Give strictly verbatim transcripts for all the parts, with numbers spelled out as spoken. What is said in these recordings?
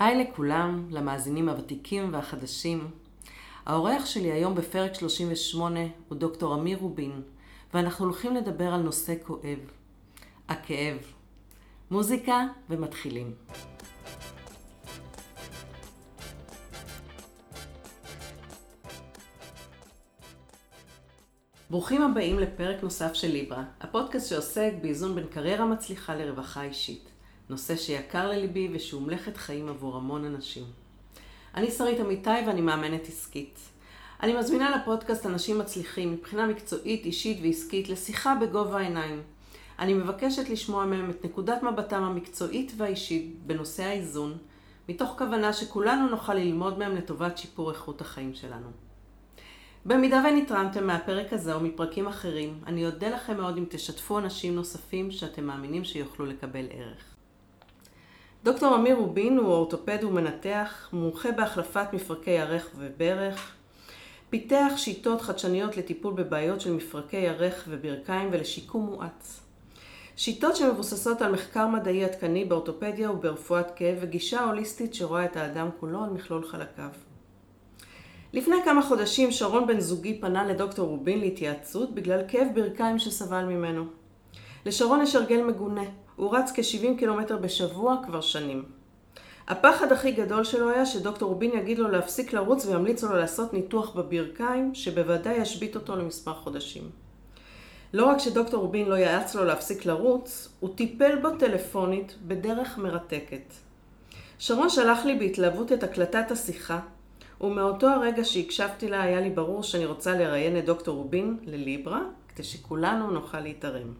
היי לכולם, למאזינים הוותיקים והחדשים. האורח שלי היום בפרק שלושים ושמונה הוא דוקטור אמיר רובין, ואנחנו הולכים לדבר על נושא כואב, הכאב. מוזיקה ומתחילים. ברוכים הבאים לפרק נוסף של ליברה, הפודקאסט שעוסק באיזון בין קריירה מצליחה לרווחה אישית. נושא שיקר לליבי ושהוא מלאכת חיים עבור המון אנשים. אני שרית אמיתי ואני מאמנת עסקית. אני מזמינה לפודקאסט אנשים מצליחים מבחינה מקצועית, אישית ועסקית לשיחה בגובה העיניים. אני מבקשת לשמוע מהם את נקודת מבטם המקצועית והאישית בנושא האיזון, מתוך כוונה שכולנו נוכל ללמוד מהם לטובת שיפור איכות החיים שלנו. במידה ונתרמתם מהפרק הזה או מפרקים אחרים, אני אודה לכם מאוד אם תשתפו אנשים נוספים שאתם מאמינים שיוכלו לקבל ערך. דוקטור אמיר רובין הוא אורתופד ומנתח, מומחה בהחלפת מפרקי ירך וברך, פיתח שיטות חדשניות לטיפול בבעיות של מפרקי ירך וברכיים ולשיקום מואץ. שיטות שמבוססות על מחקר מדעי עדכני באורתופדיה וברפואת כאב וגישה הוליסטית שרואה את האדם כולו על מכלול חלקיו. לפני כמה חודשים שרון בן זוגי פנה לדוקטור רובין להתייעצות בגלל כאב ברכיים שסבל ממנו. לשרון יש הרגל מגונה. הוא רץ כ-שבעים קילומטר בשבוע כבר שנים. הפחד הכי גדול שלו היה שדוקטור רובין יגיד לו להפסיק לרוץ וימליץ לו לעשות ניתוח בברכיים שבוודאי ישבית אותו למספר חודשים. לא רק שדוקטור רובין לא יעץ לו להפסיק לרוץ, הוא טיפל בו טלפונית בדרך מרתקת. שרון שלח לי בהתלהבות את הקלטת השיחה, ומאותו הרגע שהקשבתי לה היה לי ברור שאני רוצה לראיין את דוקטור רובין לליברה, כדי שכולנו נוכל להתערם.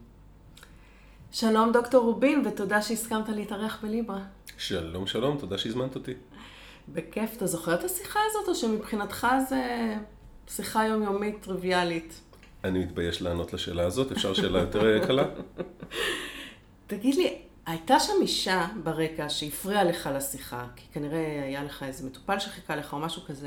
שלום דוקטור רובין, ותודה שהסכמת להתארח בליברה. שלום, שלום, תודה שהזמנת אותי. בכיף, אתה זוכר את השיחה הזאת, או שמבחינתך זה שיחה יומיומית טריוויאלית? אני מתבייש לענות לשאלה הזאת, אפשר שאלה יותר קלה? תגיד לי, הייתה שם אישה ברקע שהפריעה לך לשיחה, כי כנראה היה לך איזה מטופל שחיכה לך או משהו כזה,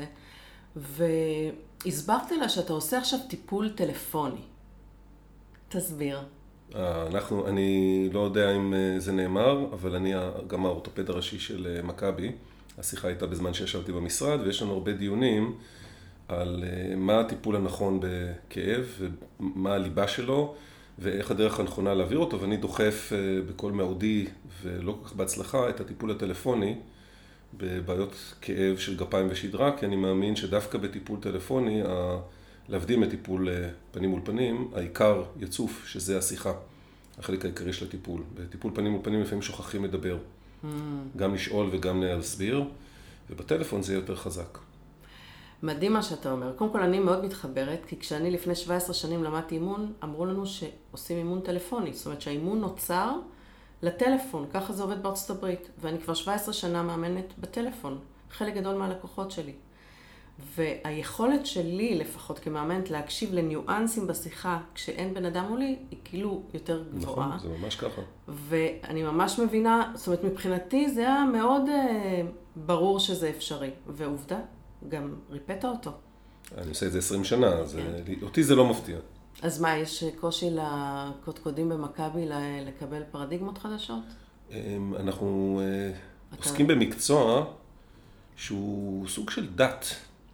והסברת לה שאתה עושה עכשיו טיפול טלפוני. תסביר. אנחנו, אני לא יודע אם זה נאמר, אבל אני גם האורתופד הראשי של מכבי. השיחה הייתה בזמן שישבתי במשרד, ויש לנו הרבה דיונים על מה הטיפול הנכון בכאב, ומה הליבה שלו, ואיך הדרך הנכונה להעביר אותו, ואני דוחף בכל מאודי, ולא כל כך בהצלחה, את הטיפול הטלפוני, בבעיות כאב של גפיים ושדרה, כי אני מאמין שדווקא בטיפול טלפוני, להבדיל מטיפול פנים מול פנים, העיקר יצוף, שזה השיחה, החלק העיקרי של הטיפול. בטיפול פנים מול פנים לפעמים שוכחים לדבר, mm. גם לשאול וגם להסביר, ובטלפון זה יותר חזק. מדהים מה שאתה אומר. קודם כל אני מאוד מתחברת, כי כשאני לפני שבע עשרה שנים למדתי אימון, אמרו לנו שעושים אימון טלפוני, זאת אומרת שהאימון נוצר לטלפון, ככה זה עובד בארצות הברית, ואני כבר שבע עשרה שנה מאמנת בטלפון, חלק גדול מהלקוחות שלי. והיכולת שלי, לפחות כמאמנת, להקשיב לניואנסים בשיחה, כשאין בן אדם מולי, היא כאילו יותר גבוהה. נכון, זה ממש ככה. ואני ממש מבינה, זאת אומרת, מבחינתי זה היה מאוד אה, ברור שזה אפשרי. ועובדה, גם ריפאת אותו. אני עושה את זה עשרים שנה, אז כן. אותי זה לא מפתיע. אז מה, יש קושי לקודקודים במכבי לקבל פרדיגמות חדשות? אנחנו אתה... עוסקים במקצוע שהוא סוג של דת.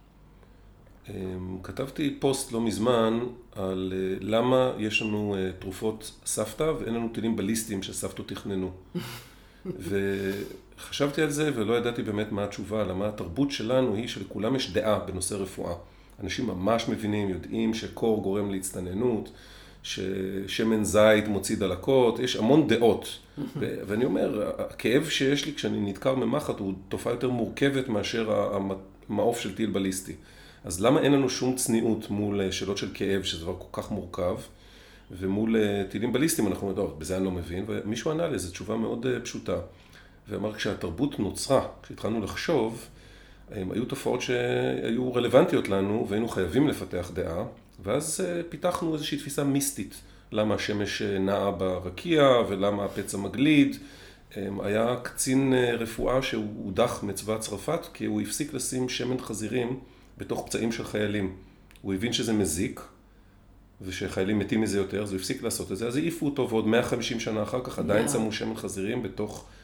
כתבתי פוסט לא מזמן על למה יש לנו תרופות סבתא ואין לנו טילים בליסטיים שסבתו תכננו. וחשבתי על זה ולא ידעתי באמת מה התשובה, למה התרבות שלנו היא שלכולם יש דעה בנושא רפואה. אנשים ממש מבינים, יודעים שקור גורם להצטננות, ששמן זית מוציא דלקות, יש המון דעות. ו- ואני אומר, הכאב שיש לי כשאני נדקר ממחט הוא תופעה יותר מורכבת מאשר המעוף של טיל בליסטי. אז למה אין לנו שום צניעות מול שאלות של כאב, שזה דבר כל כך מורכב, ומול טילים בליסטיים אנחנו יודעות, בזה אני לא מבין, ומישהו ענה לי, זו תשובה מאוד פשוטה. ואמר, כשהתרבות נוצרה, כשהתחלנו לחשוב, היו תופעות שהיו רלוונטיות לנו, והיינו חייבים לפתח דעה, ואז פיתחנו איזושהי תפיסה מיסטית, למה השמש נעה ברקיע, ולמה הפצע מגליד. היה קצין רפואה שהוא הודח מצבא צרפת, כי הוא הפסיק לשים שמן חזירים בתוך פצעים של חיילים. הוא הבין שזה מזיק, ושחיילים מתים מזה יותר, אז הוא הפסיק לעשות את זה, אז העיפו אותו, ועוד מאה וחמישים שנה אחר כך עדיין שמו שמן חזירים בתוך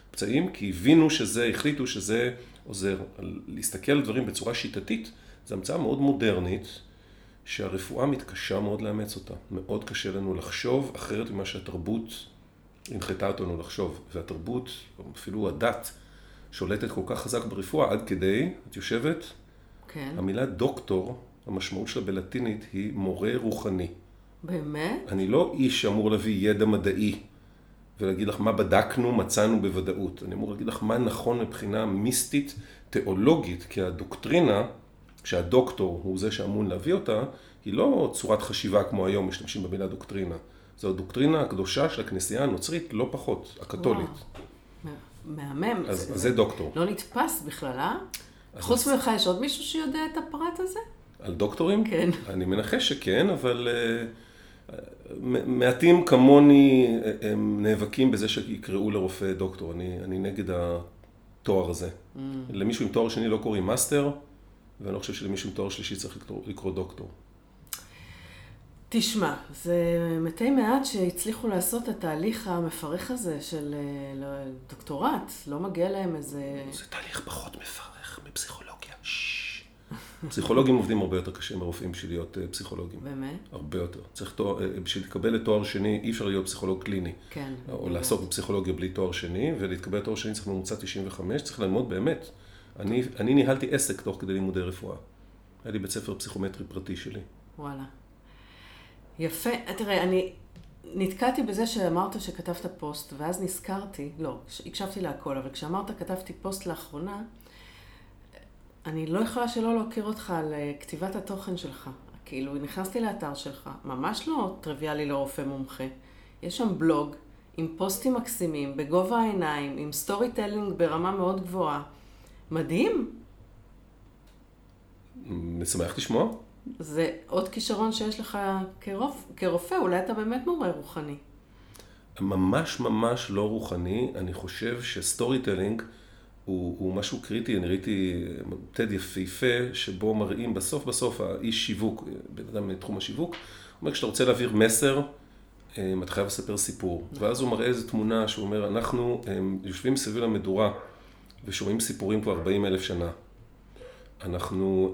פצעים, כי הבינו שזה, החליטו שזה עוזר. להסתכל על דברים בצורה שיטתית, זו המצאה מאוד מודרנית, שהרפואה מתקשה מאוד לאמץ אותה. מאוד קשה לנו לחשוב אחרת ממה שהתרבות הנחתה אותנו לחשוב. והתרבות, אפילו הדת, שולטת כל כך חזק ברפואה, עד כדי, את יושבת, כן. המילה דוקטור, המשמעות שלה בלטינית היא מורה רוחני. באמת? אני לא איש שאמור להביא ידע מדעי, ולהגיד לך מה בדקנו, מצאנו בוודאות. אני אמור להגיד לך מה נכון מבחינה מיסטית, תיאולוגית, כי הדוקטרינה, כשהדוקטור הוא זה שאמון להביא אותה, היא לא צורת חשיבה כמו היום משתמשים במילה דוקטרינה. זו הדוקטרינה הקדושה של הכנסייה הנוצרית, לא פחות, הקתולית. וואו. מהמם. אז זה, זה, זה דוקטור. לא נתפס בכלל, אה? חוץ ממך יש עוד מישהו שיודע את הפרט הזה? על דוקטורים? כן. אני מנחש שכן, אבל uh, מעטים כמוני הם נאבקים בזה שיקראו לרופא דוקטור. אני, אני נגד התואר הזה. Mm. למישהו עם תואר שני לא קוראים מאסטר, ואני לא חושב שלמישהו עם תואר שלישי צריך לקרוא, לקרוא דוקטור. תשמע, זה מתי מעט שהצליחו לעשות את התהליך המפרך הזה של דוקטורט. לא מגיע להם איזה... זה תהליך פחות מפרך מפסיכולוגיה. פסיכולוגים עובדים הרבה יותר קשה מרופאים בשביל להיות פסיכולוגים. באמת? הרבה יותר. צריך תואר, בשביל לקבל לתואר שני, אי אפשר להיות פסיכולוג קליני. כן. או לעסוק בפסיכולוגיה בלי תואר שני, ולהתקבל לתואר שני צריך ממוצע תשעים וחמש, צריך ללמוד באמת. אני, אני ניהלתי עסק תוך כדי לימודי רפואה. היה לי בית ספר פסיכומטרי פרטי שלי. וואלה. יפה. תראה, אני נתקעתי בזה שאמרת שכתבת פוסט, ואז נזכרתי, לא, הקשבתי להכל, אבל כשאמרת כתבתי פוסט לאחרונה, אני לא יכולה שלא להכיר אותך על כתיבת התוכן שלך. כאילו, נכנסתי לאתר שלך, ממש לא טריוויאלי לרופא מומחה. יש שם בלוג עם פוסטים מקסימים, בגובה העיניים, עם סטורי טלינג ברמה מאוד גבוהה. מדהים. משמח לשמוע. זה עוד כישרון שיש לך כרופ... כרופא, אולי אתה באמת מורה רוחני. ממש ממש לא רוחני. אני חושב שסטורי טלינג הוא, הוא משהו קריטי. אני ראיתי תד יפהפה שבו מראים בסוף בסוף האיש שיווק, בן אדם מתחום השיווק, הוא אומר כשאתה רוצה להעביר מסר, אתה חייב לספר סיפור. ואז הוא מראה איזו תמונה שהוא אומר, אנחנו יושבים סביב המדורה ושומעים סיפורים כבר ארבעים אלף שנה. אנחנו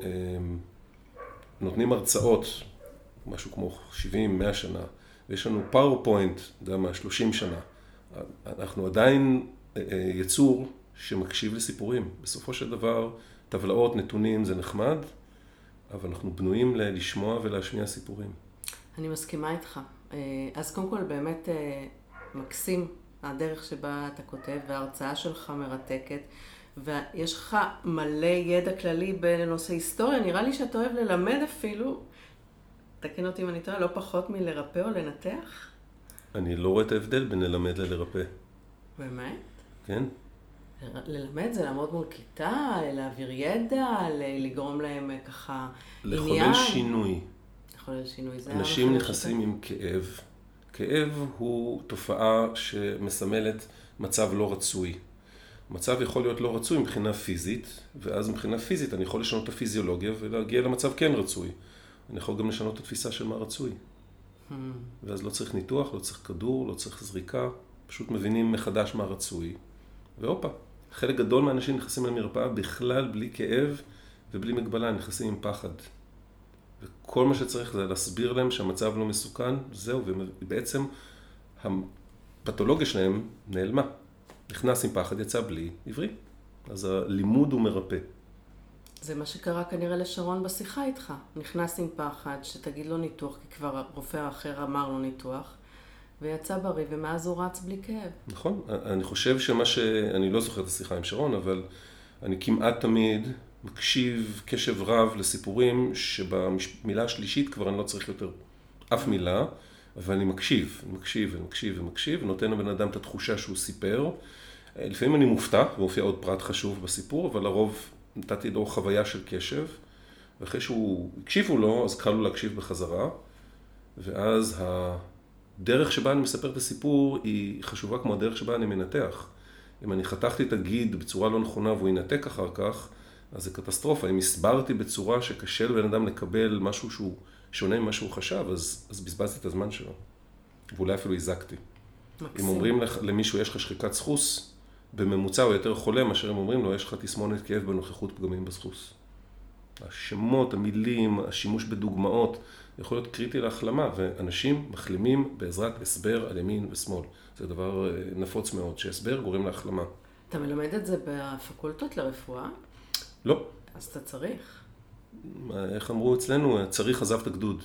נותנים הרצאות, משהו כמו שבעים מאה שנה, ויש לנו פאורפוינט, גם מה-שלושים שנה. אנחנו עדיין יצור שמקשיב לסיפורים. בסופו של דבר, טבלאות, נתונים, זה נחמד, אבל אנחנו בנויים לשמוע ולהשמיע סיפורים. אני מסכימה איתך. אז קודם כל באמת מקסים הדרך שבה אתה כותב, וההרצאה שלך מרתקת, ויש לך מלא ידע כללי בנושא היסטוריה. נראה לי שאתה אוהב ללמד אפילו, תקן אותי אם אני טועה, לא פחות מלרפא או לנתח? אני לא רואה את ההבדל בין ללמד ללרפא. באמת? כן. ללמד זה לעמוד מול כיתה, להעביר ידע, לגרום להם ככה עניין. לחולל שינוי. לחולל שינוי. זה אנשים נכנסים עם כאב. כאב הוא תופעה שמסמלת מצב לא רצוי. מצב יכול להיות לא רצוי מבחינה פיזית, ואז מבחינה פיזית אני יכול לשנות את הפיזיולוגיה ולהגיע למצב כן רצוי. אני יכול גם לשנות את התפיסה של מה רצוי. Hmm. ואז לא צריך ניתוח, לא צריך כדור, לא צריך זריקה, פשוט מבינים מחדש מה רצוי. ואופה, חלק גדול מהאנשים נכנסים למרפאה בכלל בלי כאב ובלי מגבלה, נכנסים עם פחד. וכל מה שצריך זה להסביר להם שהמצב לא מסוכן, זהו, ובעצם הפתולוגיה שלהם נעלמה. נכנס עם פחד, יצא בלי, עברי. אז הלימוד הוא מרפא. זה מה שקרה כנראה לשרון בשיחה איתך. נכנס עם פחד, שתגיד לו ניתוח, כי כבר הרופא האחר אמר לו ניתוח, ויצא בריא, ומאז הוא רץ בלי כאב. נכון. אני חושב שמה ש... אני לא זוכר את השיחה עם שרון, אבל אני כמעט תמיד מקשיב קשב רב לסיפורים שבמילה השלישית כבר אני לא צריך יותר אף מילה, אבל אני מקשיב, אני מקשיב ומקשיב ומקשיב, ונותן לבן אדם את התחושה שהוא סיפר. לפעמים אני מופתע, ומופיע עוד פרט חשוב בסיפור, אבל לרוב נתתי לו חוויה של קשב, ואחרי שהוא הקשיבו לו, אז קל לו להקשיב בחזרה, ואז הדרך שבה אני מספר את הסיפור היא חשובה כמו הדרך שבה אני מנתח. אם אני חתכתי את הגיד בצורה לא נכונה והוא ינתק אחר כך, אז זה קטסטרופה. אם הסברתי בצורה שקשה לבן אדם לקבל משהו שהוא שונה ממה שהוא חשב, אז, אז בזבזתי את הזמן שלו. ואולי אפילו הזקתי. מקסים. אם אומרים למישהו, יש לך שחיקת סחוס, בממוצע הוא יותר חולה, מאשר הם אומרים לו, יש לך תסמונת כאב בנוכחות פגמים בסחוס. השמות, המילים, השימוש בדוגמאות, יכול להיות קריטי להחלמה, ואנשים מחלימים בעזרת הסבר על ימין ושמאל. זה דבר נפוץ מאוד, שהסבר גורם להחלמה. אתה מלמד את זה בפקולטות לרפואה? לא. אז אתה צריך. איך אמרו אצלנו, צריך עזב את הגדוד.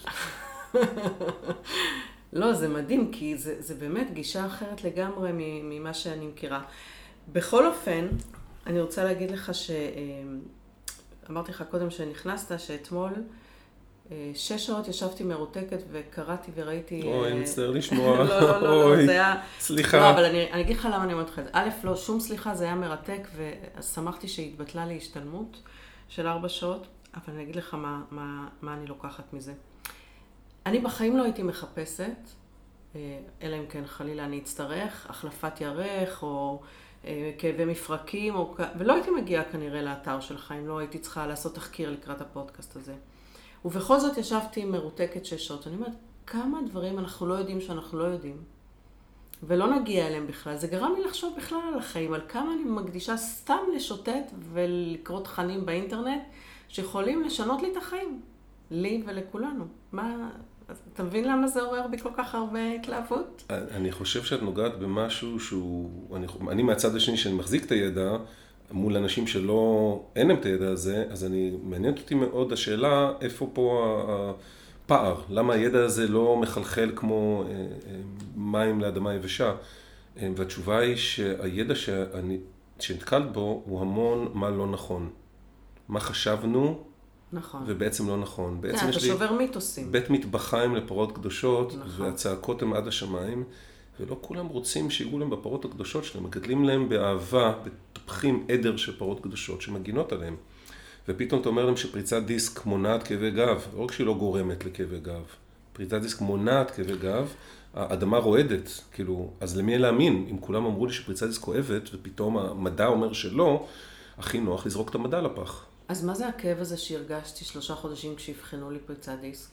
לא, זה מדהים, כי זה, זה באמת גישה אחרת לגמרי ממה שאני מכירה. בכל אופן, אני רוצה להגיד לך ש... אמרתי לך קודם שנכנסת, שאתמול שש שעות ישבתי מרותקת וקראתי וראיתי... אוי, מצטער לשמוע. לא, לא, לא, לא, זה היה... סליחה. לא, אבל אני, אני אגיד לך למה אני אומרת לך את זה. א', לא, שום סליחה, זה היה מרתק, ושמחתי שהתבטלה לי השתלמות של ארבע שעות, אבל אני אגיד לך מה, מה, מה אני לוקחת מזה. אני בחיים לא הייתי מחפשת, אלא אם כן חלילה אני אצטרך, החלפת ירך או כאבי מפרקים, או... ולא הייתי מגיעה כנראה לאתר שלך, אם לא הייתי צריכה לעשות תחקיר לקראת הפודקאסט הזה. ובכל זאת ישבתי מרותקת שש שעות. אני אומרת, כמה דברים אנחנו לא יודעים שאנחנו לא יודעים, ולא נגיע אליהם בכלל. זה גרם לי לחשוב בכלל על החיים, על כמה אני מקדישה סתם לשוטט ולקרוא תכנים באינטרנט, שיכולים לשנות לי את החיים, לי ולכולנו. מה... אתה מבין למה זה עורר בי כל כך הרבה התלהבות? אני חושב שאת נוגעת במשהו שהוא... אני, אני מהצד השני שאני מחזיק את הידע, מול אנשים שלא... אין להם את הידע הזה, אז אני... מעניינת אותי מאוד השאלה, איפה פה הפער? למה הידע הזה לא מחלחל כמו מים לאדמה יבשה? והתשובה היא שהידע שאני, שנתקלת בו הוא המון מה לא נכון. מה חשבנו, נכון. ובעצם לא נכון. בעצם אתה יש לי שובר מיתוסים. בית מטבחיים לפרות קדושות, נכון. והצעקות הן עד השמיים, ולא כולם רוצים שיגעו להם בפרות הקדושות שלהם, מגדלים להם באהבה, בטפחים עדר של פרות קדושות שמגינות עליהם. ופתאום אתה אומר להם שפריצת דיסק מונעת כאבי גב, לא רק שהיא לא גורמת לכאבי גב, פריצת דיסק מונעת כאבי גב, האדמה רועדת, כאילו, אז למי להאמין? אם כולם אמרו לי שפריצת דיסק כואבת, ופתאום המדע אומר שלא, הכי נוח לזרוק את המדע לפח. אז מה זה הכאב הזה שהרגשתי שלושה חודשים כשהבחנו לי פריצת דיסק?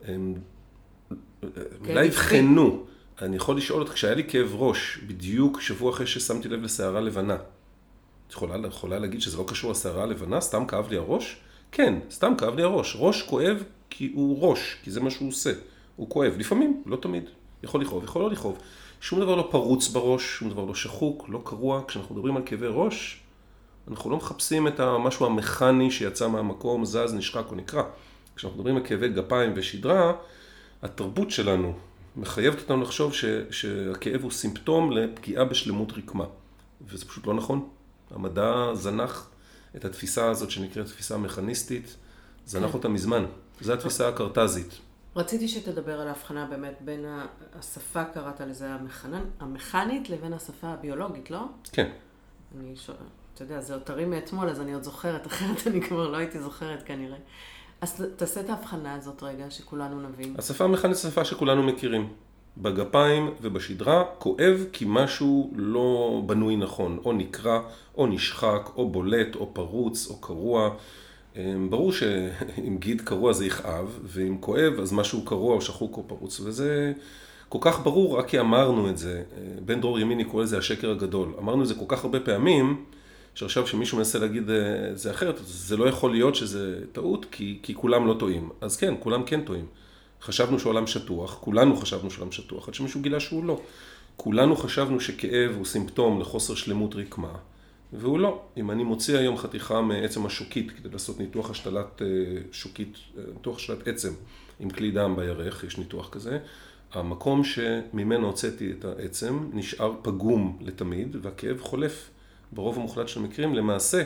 אולי הבחנו. אני יכול לשאול אותך, כשהיה לי כאב ראש, בדיוק שבוע אחרי ששמתי לב לשערה לבנה, את יכולה, יכולה להגיד שזה לא קשור לשערה הלבנה? סתם כאב לי הראש? כן, סתם כאב לי הראש. ראש כואב כי הוא ראש, כי זה מה שהוא עושה. הוא כואב, לפעמים, לא תמיד. יכול לכאוב, יכול לא לכאוב. שום דבר לא פרוץ בראש, שום דבר לא שחוק, לא קרוע. כשאנחנו מדברים על כאבי ראש, אנחנו לא מחפשים את המשהו המכני שיצא מהמקום, זז, נשחק או נקרע. כשאנחנו מדברים על כאבי גפיים ושדרה, התרבות שלנו מחייבת אותנו לחשוב ש, שהכאב הוא סימפטום לפגיעה בשלמות רקמה. וזה פשוט לא נכון. המדע זנח את התפיסה הזאת שנקראת תפיסה מכניסטית, זנח אותה מזמן. זו התפיסה הקרטזית. רציתי שתדבר על ההבחנה באמת בין השפה, קראת לזה המכנית, לבין השפה הביולוגית, לא? כן. אני שואל, אתה יודע, זה אותרי מאתמול, אז אני עוד זוכרת, אחרת אני כבר לא הייתי זוכרת כנראה. אז תעשה את ההבחנה הזאת רגע, שכולנו נבין. השפה המכנית היא שפה שכולנו מכירים. בגפיים ובשדרה כואב כי משהו לא בנוי נכון, או נקרע, או נשחק, או בולט, או פרוץ, או קרוע. ברור שאם גיד קרוע זה יכאב, ואם כואב אז משהו קרוע או שחוק או פרוץ, וזה כל כך ברור רק כי אמרנו את זה. בן דרור ימיני קורא לזה השקר הגדול. אמרנו את זה כל כך הרבה פעמים, שעכשיו שמישהו מנסה להגיד זה אחרת, זה לא יכול להיות שזה טעות, כי, כי כולם לא טועים. אז כן, כולם כן טועים. חשבנו שעולם שטוח, כולנו חשבנו שעולם שטוח, עד שמישהו גילה שהוא לא. כולנו חשבנו שכאב הוא סימפטום לחוסר שלמות רקמה, והוא לא. אם אני מוציא היום חתיכה מעצם השוקית, כדי לעשות ניתוח השתלת שוקית, ניתוח השתלת עצם עם כלי דם בירך, יש ניתוח כזה, המקום שממנו הוצאתי את העצם נשאר פגום לתמיד, והכאב חולף ברוב המוחלט של המקרים. למעשה,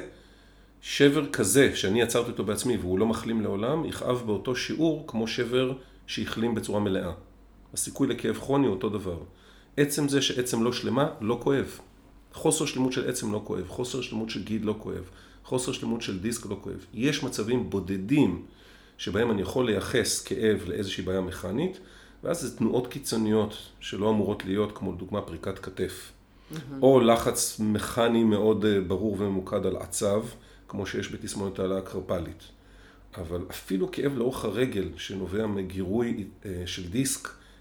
שבר כזה שאני יצרתי אותו בעצמי והוא לא מחלים לעולם, יכאב באותו שיעור כמו שבר שהחלים בצורה מלאה. הסיכוי לכאב כרוני הוא אותו דבר. עצם זה שעצם לא שלמה, לא כואב. חוסר שלמות של עצם לא כואב, חוסר שלמות של גיד לא כואב, חוסר שלמות של דיסק לא כואב. יש מצבים בודדים שבהם אני יכול לייחס כאב לאיזושהי בעיה מכנית, ואז זה תנועות קיצוניות שלא אמורות להיות, כמו לדוגמה פריקת כתף. Mm-hmm. או לחץ מכני מאוד ברור וממוקד על עצב, כמו שיש בתסמונת העלה הקרפלית. אבל אפילו כאב לאורך הרגל שנובע מגירוי של דיסק,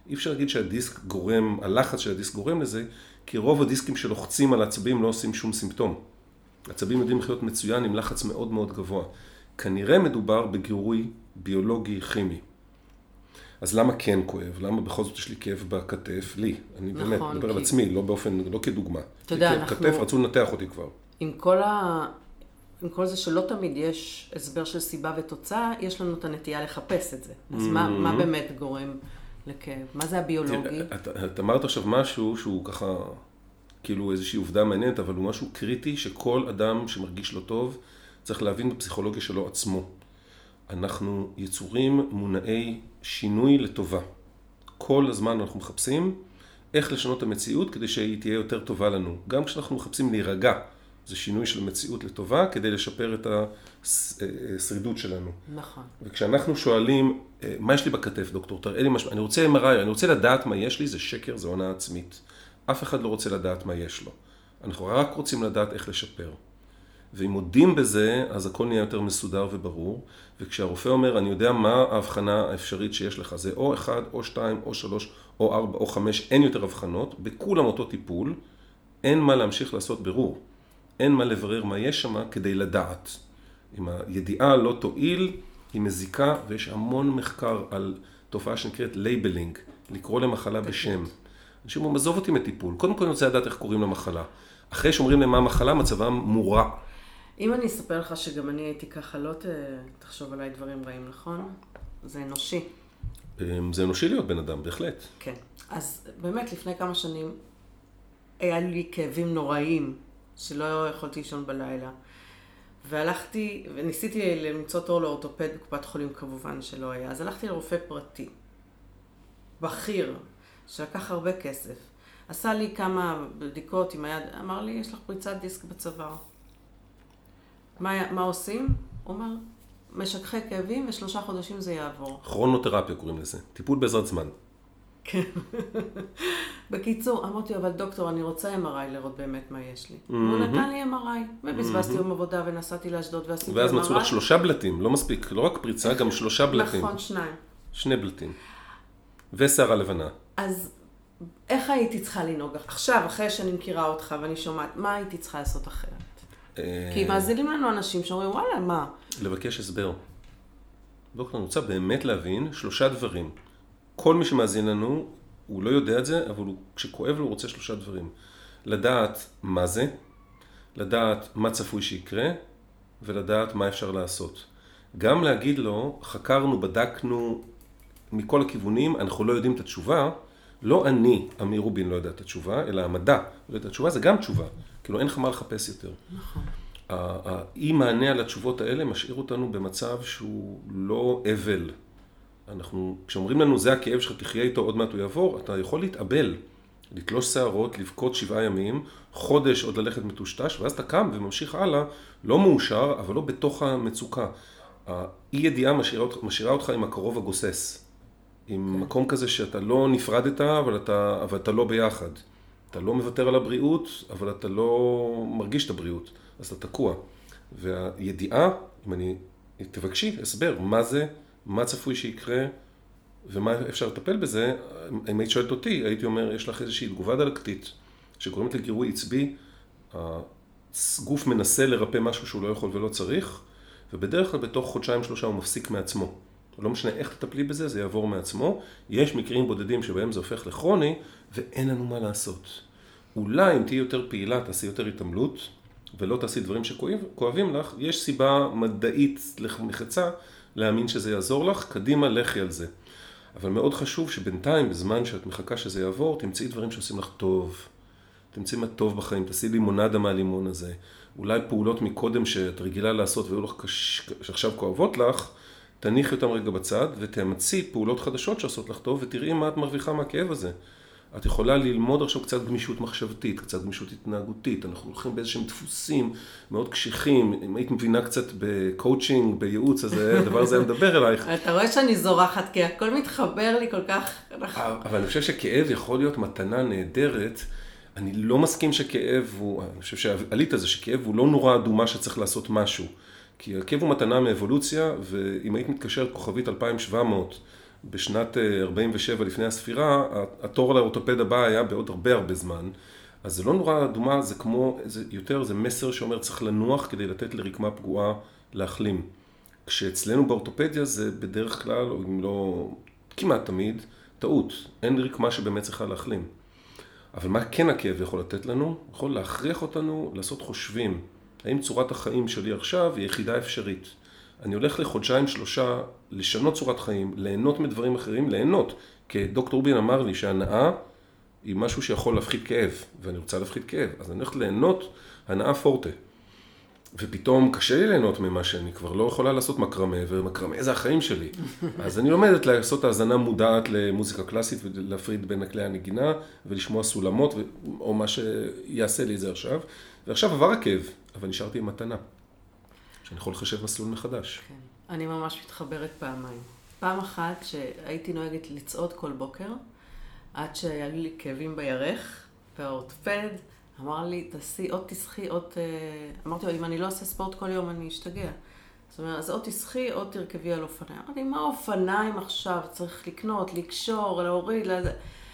אי אפשר להגיד שהדיסק גורם, הלחץ של הדיסק גורם לזה, כי רוב הדיסקים שלוחצים על העצבים לא עושים שום סימפטום. העצבים יודעים לחיות מצוין עם לחץ מאוד מאוד גבוה. כנראה מדובר בגירוי ביולוגי כימי. אז למה כן כואב? למה בכל זאת יש לי כאב בכתף? לי. אני נכון, באמת מדבר כי... על עצמי, לא באופן, לא כדוגמה. אתה יודע, אנחנו... כתף רצו לנתח אותי כבר. עם כל, ה... עם כל זה שלא תמיד יש הסבר של סיבה ותוצאה, יש לנו את הנטייה לחפש את זה. אז mm-hmm. מה, מה באמת גורם לכאב? מה זה הביולוגי? את, את אמרת עכשיו משהו שהוא ככה, כאילו איזושהי עובדה מעניינת, אבל הוא משהו קריטי שכל אדם שמרגיש לא טוב, צריך להבין בפסיכולוגיה שלו עצמו. אנחנו יצורים מונעי שינוי לטובה. כל הזמן אנחנו מחפשים איך לשנות את המציאות כדי שהיא תהיה יותר טובה לנו. גם כשאנחנו מחפשים להירגע, זה שינוי של מציאות לטובה כדי לשפר את השרידות שלנו. נכון. וכשאנחנו שואלים, מה יש לי בכתף, דוקטור? תראה לי משהו, אני רוצה אם אר איי, אני רוצה לדעת מה יש לי, זה שקר, זה עונה עצמית. אף אחד לא רוצה לדעת מה יש לו. אנחנו רק רוצים לדעת איך לשפר. ואם מודים בזה, אז הכל נהיה יותר מסודר וברור. וכשהרופא אומר, אני יודע מה ההבחנה האפשרית שיש לך, זה או אחד, או שתיים, או שלוש, או ארבע, או חמש, אין יותר הבחנות, בכולם אותו טיפול, אין מה להמשיך לעשות ברור. אין מה לברר מה יש שם כדי לדעת. אם הידיעה לא תועיל, היא מזיקה, ויש המון מחקר על תופעה שנקראת לייבלינג, לקרוא למחלה בשם. אנשים אומרים, עזוב אותי מטיפול. קודם כל אני רוצה לדעת איך קוראים למחלה. אחרי שאומרים להם מה המחלה, מצבם מורע. אם אני אספר לך שגם אני הייתי ככה, לא תחשוב עליי דברים רעים, נכון? זה אנושי. זה אנושי להיות בן אדם, בהחלט. כן. אז באמת לפני כמה שנים היה לי כאבים נוראיים, שלא יכולתי לישון בלילה. והלכתי, וניסיתי למצוא תור לאורתופד בקופת חולים כמובן שלא היה. אז הלכתי לרופא פרטי, בכיר, שלקח הרבה כסף. עשה לי כמה בדיקות עם היד, אמר לי, יש לך פריצת דיסק בצוואר. מה, מה עושים? הוא אומר, משככי כאבים ושלושה חודשים זה יעבור. כרונותרפיה קוראים לזה, טיפול בעזרת זמן. כן. בקיצור, אמרתי, אבל דוקטור, אני רוצה אם אר איי לראות באמת מה יש לי. הוא נתן לי אם אר איי, ובזבזתי יום עבודה ונסעתי לאשדוד ועשיתי אם אר איי. ואז מצאו לך שלושה בלטים, לא מספיק, לא רק פריצה, גם שלושה בלטים. נכון, שניים. שני בלטים. ושערה לבנה. אז איך הייתי צריכה לנהוג? עכשיו, אחרי שאני מכירה אותך ואני שומעת, מה הייתי צריכה לעשות אחרת? כי מאזינים לנו אנשים שאומרים, וואלה, מה? לבקש הסבר. דוקטור, אני רוצה באמת להבין שלושה דברים. כל מי שמאזין לנו, הוא לא יודע את זה, אבל הוא, כשכואב לו, הוא רוצה שלושה דברים. לדעת מה זה, לדעת מה צפוי שיקרה, ולדעת מה אפשר לעשות. גם להגיד לו, חקרנו, בדקנו מכל הכיוונים, אנחנו לא יודעים את התשובה, לא אני, אמיר רובין, לא יודע את התשובה, אלא המדע לא יודע את התשובה, זה גם תשובה. כאילו אין לך מה לחפש יותר. נכון. האי מענה על התשובות האלה משאיר אותנו במצב שהוא לא אבל. אנחנו, כשאומרים לנו זה הכאב שלך, תחיה איתו, עוד מעט הוא יעבור, אתה יכול להתאבל, לתלוש שערות, לבכות שבעה ימים, חודש עוד ללכת מטושטש, ואז אתה קם וממשיך הלאה, לא מאושר, אבל לא בתוך המצוקה. האי ידיעה משאירה, משאירה אותך עם הקרוב הגוסס. עם okay. מקום כזה שאתה לא נפרדת, אבל אתה, אבל אתה לא ביחד. אתה לא מוותר על הבריאות, אבל אתה לא מרגיש את הבריאות. אז אתה תקוע. והידיעה, אם אני תבקשי, הסבר, מה זה, מה צפוי שיקרה, ומה אפשר לטפל בזה, אם היית שואלת אותי, הייתי אומר, יש לך איזושהי תגובה דלקתית, שגורמת לגירוי עצבי, הגוף מנסה לרפא משהו שהוא לא יכול ולא צריך, ובדרך כלל בתוך חודשיים שלושה הוא מפסיק מעצמו. לא משנה איך תטפלי בזה, זה יעבור מעצמו. יש מקרים בודדים שבהם זה הופך לכרוני, ואין לנו מה לעשות. אולי אם תהיי יותר פעילה, תעשי יותר התעמלות, ולא תעשי דברים שכואבים לך, יש סיבה מדעית לחצה להאמין שזה יעזור לך, קדימה לכי על זה. אבל מאוד חשוב שבינתיים, בזמן שאת מחכה שזה יעבור, תמצאי דברים שעושים לך טוב. תמצאי מה טוב בחיים, תעשי לימונדה מהלימון הזה. אולי פעולות מקודם שאת רגילה לעשות והיו לך קש... שעכשיו כואבות לך, תניחי אותם רגע בצד ותאמצי פעולות חדשות שעושות לך טוב ותראי מה את מרוויחה מהכאב הזה. את יכולה ללמוד עכשיו קצת גמישות מחשבתית, קצת גמישות התנהגותית. אנחנו הולכים באיזשהם דפוסים מאוד קשיחים. אם היית מבינה קצת בקואוצ'ינג, בייעוץ, אז הדבר הזה היה מדבר אלייך. אתה רואה שאני זורחת, כי הכל מתחבר לי כל כך. אבל אני חושב שכאב יכול להיות מתנה נהדרת. אני לא מסכים שכאב הוא, אני חושב שעלית על זה, שכאב הוא לא נורא אדומה שצריך לעשות משהו. כי הכאב הוא מתנה מאבולוציה, ואם היית מתקשרת כוכבית אלפיים ושבע מאות, בשנת ארבעים ושבע לפני הספירה, התור לאורתופד הבא היה בעוד הרבה הרבה זמן, אז זה לא נורא אדומה, זה כמו, זה יותר, זה מסר שאומר צריך לנוח כדי לתת לרקמה פגועה להחלים. כשאצלנו באורתופדיה זה בדרך כלל, או אם לא כמעט תמיד, טעות. אין רקמה שבאמת צריכה להחלים. אבל מה כן הכאב יכול לתת לנו? יכול להכריח אותנו לעשות חושבים. האם צורת החיים שלי עכשיו היא יחידה אפשרית? אני הולך לחודשיים שלושה לשנות צורת חיים, ליהנות מדברים אחרים, ליהנות. כי דוקטור רובין אמר לי שהנאה היא משהו שיכול להפחית כאב, ואני רוצה להפחית כאב. אז אני הולך ליהנות הנאה פורטה. ופתאום קשה לי ליהנות ממה שאני כבר לא יכולה לעשות מקרמה, ומקרמה זה החיים שלי. אז אני לומדת לעשות האזנה מודעת למוזיקה קלאסית ולהפריד בין כלי הנגינה ולשמוע סולמות, או מה שיעשה לי את זה עכשיו. ועכשיו עבר הכאב, אבל נשארתי עם מתנה, שאני יכול לחשב מסלול מחדש. כן, אני ממש מתחברת פעמיים. פעם אחת שהייתי נוהגת לצעוד כל בוקר, עד שהיו לי כאבים בירך, והאורתופד אמר לי, תעשי, עוד תשחי, עוד... אמרתי לו, אם אני לא עושה ספורט כל יום, אני אשתגע. זאת אומרת, אז עוד תשחי, עוד תרכבי על אופניים. אמרתי, מה אופניים עכשיו? צריך לקנות, לקשור, להוריד, לזה.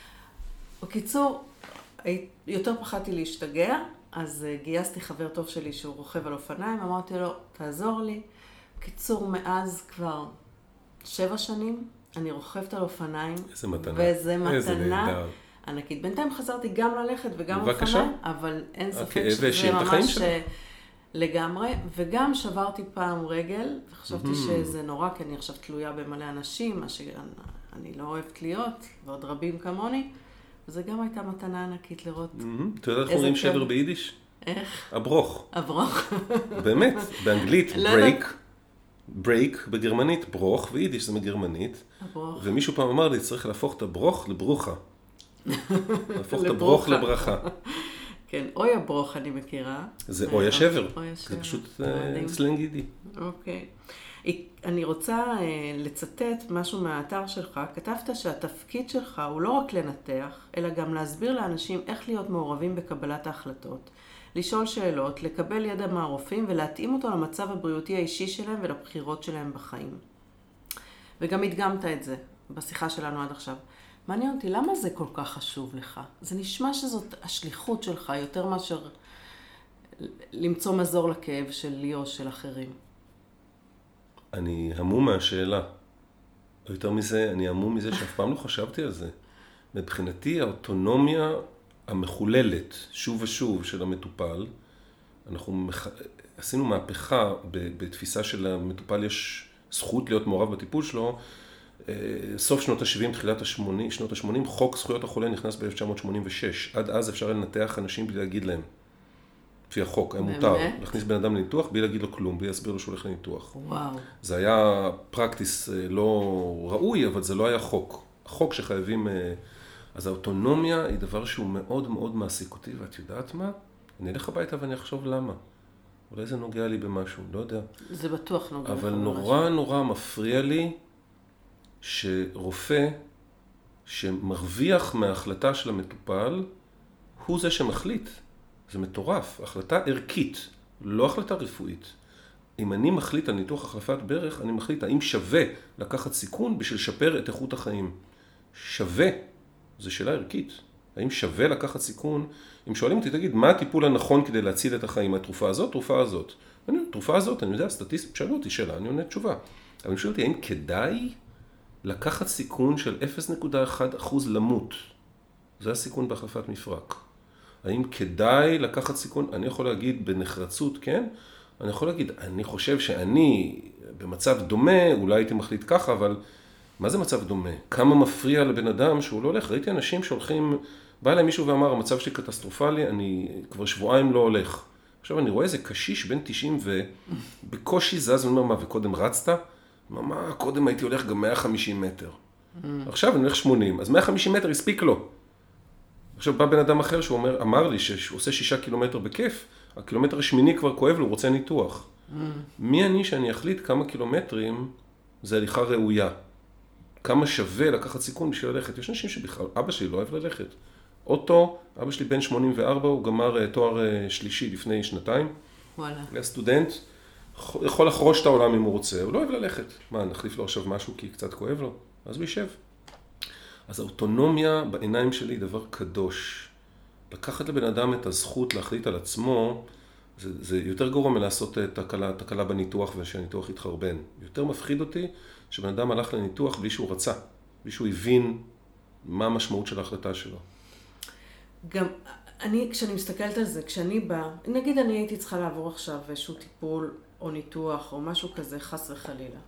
בקיצור, יותר פחדתי להשתגע, אז גייסתי חבר טוב שלי שהוא רוכב על אופניים, אמרתי לו, תעזור לי. בקיצור, מאז כבר שבע שנים, אני רוכבת על אופניים. איזה מתנה. וזה מתנה. איזה נהדר. ענקית. בינתיים חזרתי גם ללכת וגם בבקשה. אופניים, אבל אין ספק הכאב שזה והשאיר את החיים ממש שלו. לגמרי. וגם שברתי פעם רגל, וחשבתי Mhm. שזה נורא, כי אני עכשיו תלויה במלא אנשים, מה שאני לא אוהבת להיות, ועוד רבים כמוני. וזה גם הייתה מתנה ענקית לראות Mhm. אתה יודע איך איזה אומרים כיף. שבר ביידיש? איך הברוך. הברוך. באמת, באנגלית לא break, break בגרמנית, ברוך, ויידיש זה מגרמנית. הברוך. ומישהו פעם אמר לי, צריך להפוך את הברוך לברוכה. להפוך את לברוכה. הברוך לברכה. כן, אוי הברוך אני מכירה. זה אוי השבר. אוי זה השבר. פשוט מדהים. אה, סלנג יידי. אוקיי. אני רוצה אה, לצטט משהו מהאתר שלך. כתבת שהתפקיד שלך הוא לא רק לנתח, אלא גם להסביר לאנשים איך להיות מעורבים בקבלת ההחלטות, לשאול שאלות, לקבל ידע מהרופאים ולהתאים אותו למצב הבריאותי האישי שלהם ולבחירות שלהם בחיים. וגם הדגמת את זה בשיחה שלנו עד עכשיו. מעניין אותי, למה זה כל כך חשוב לך? זה נשמע שזאת השליחות שלך יותר מאשר למצוא מזור לכאב שלי או של אחרים. אני המום מהשאלה. או יותר מזה, אני המום מזה שאף פעם לא חשבתי על זה. מבחינתי, האוטונומיה המחוללת, שוב ושוב, של המטופל, אנחנו מח... עשינו מהפכה בתפיסה של המטופל, יש זכות להיות מעורב בטיפול שלו. סוף שנות ה-שבעים, תחילת ה-שמונים, שנות ה-שמונים, חוק זכויות החולה נכנס ב-אלף תשע מאות שמונים ושש. עד אז אפשר לנתח אנשים בלי להגיד להם. לפי החוק, היה מותר. להכניס בן אדם לניתוח בלי להגיד לו כלום, בלי להסביר לו שהוא הולך לניתוח. וואו. זה היה פרקטיס לא ראוי, אבל זה לא היה חוק. החוק שחייבים... אז האוטונומיה היא דבר שהוא מאוד מאוד מעסיק אותי, ואת יודעת מה? אני אלך הביתה ואני אחשוב למה. אולי זה נוגע לי במשהו, לא יודע. זה בטוח נוגע. אבל נורא נורא מפריע לי שרופא שמרוויח מההחלטה של המטופל, הוא זה שמחליט. זה מטורף. החלטה ערכית, לא החלטה רפואית. אם אני מחליט על ניתוח החלפת ברך, אני מחליט האם שווה לקחת סיכון בשביל לשפר את איכות החיים. שווה. זו שאלה ערכית. האם שווה לקחת סיכון? אם שואלים אותי, תגיד, מה הטיפול הנכון כדי להציל את החיים? התרופה הזאת, תרופה הזאת. אני, תרופה הזאת, אני יודע, סטטיסטית, שאלו אותי שאלה, אני עונה תשובה. אבל אני שואל אותי, האם כדאי לקחת סיכון של אפס נקודה אחת אחוז למות? זה הסיכון בהחלפת מפרק. האם כדאי לקחת סיכון? אני יכול להגיד בנחרצות, כן? אני יכול להגיד, אני חושב שאני במצב דומה, אולי הייתי מחליט ככה, אבל מה זה מצב דומה? כמה מפריע לבן אדם שהוא לא הולך? ראיתי אנשים שהולכים, בא אליי מישהו ואמר, המצב שלי קטסטרופלי, אני כבר שבועיים לא הולך. עכשיו אני רואה איזה קשיש בן תשעים ובקושי זז, ואני אומר, מה, וקודם רצת? מה, מה, קודם הייתי הולך גם מאה וחמישים מטר. עכשיו אני הולך שמונים, אז מאה וחמישים מטר הספיק לו. עכשיו בא בן אדם אחר שהוא אומר, אמר לי שהוא עושה שישה קילומטר בכיף, הקילומטר השמיני כבר כואב לו, הוא רוצה ניתוח. מי אני שאני אחליט כמה קילומטרים זה הליכה ראויה? כמה שווה לקחת סיכון בשביל ללכת? יש אנשים שבכלל, אבא שלי לא אוהב ללכת. אוטו, אבא שלי בן שמונים וארבע, הוא גמר תואר שלישי לפני שנתיים. וואלה. היה סטודנט, יכול לחרוש את העולם אם הוא רוצה, הוא לא אוהב ללכת. מה, נחליף לו עכשיו משהו כי קצת כואב לו? אז הוא יישב. אז האוטונומיה בעיניים שלי היא דבר קדוש. לקחת לבן אדם את הזכות להחליט על עצמו, זה, זה יותר גרוע מלעשות תקלה, תקלה בניתוח ושהניתוח יתחרבן. יותר מפחיד אותי שבן אדם הלך לניתוח בלי שהוא רצה, בלי שהוא הבין מה המשמעות של ההחלטה שלו. גם אני, כשאני מסתכלת על זה, כשאני באה, נגיד אני הייתי צריכה לעבור עכשיו איזשהו טיפול או ניתוח או משהו כזה, חס וחלילה.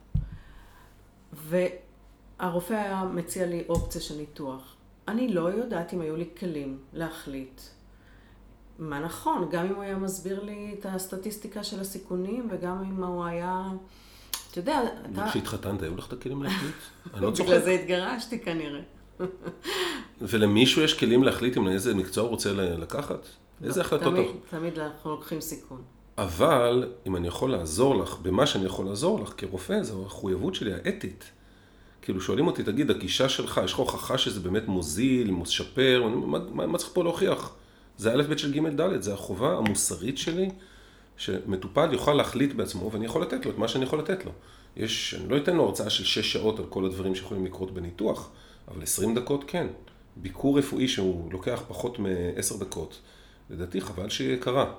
והרופא היה מציע לי אופציה של ניתוח. אני לא יודעת אם היו לי כלים להחליט מה נכון, גם אם הוא היה מסביר לי את הסטטיסטיקה של הסיכונים, וגם אם הוא היה, אתה יודע, אתה... כשהתחתנת, היו לך את הכלים להחליט? אני לא צוחק. בגלל זה התגרשתי כנראה. ולמישהו יש כלים להחליט אם איזה מקצוע הוא רוצה לקחת? איזה החלטות? תמיד, תמיד אנחנו לוקחים סיכון. אבל אם אני יכול לעזור לך, במה שאני יכול לעזור לך כרופא, זו המחויבות שלי האתית. כאילו שואלים אותי, תגיד, הגישה שלך, יש לך הוכחה שזה באמת מוזיל, משפר, מה, מה, מה צריך פה להוכיח? זה א' ב' של ג' ד', זה החובה המוסרית שלי, שמטופל יוכל להחליט בעצמו, ואני יכול לתת לו את מה שאני יכול לתת לו. יש, אני לא אתן לו הרצאה של שש שעות על כל הדברים שיכולים לקרות בניתוח, אבל עשרים דקות כן. ביקור רפואי שהוא לוקח פחות מ-עשר דקות, לדעתי חבל שיהיה קרה.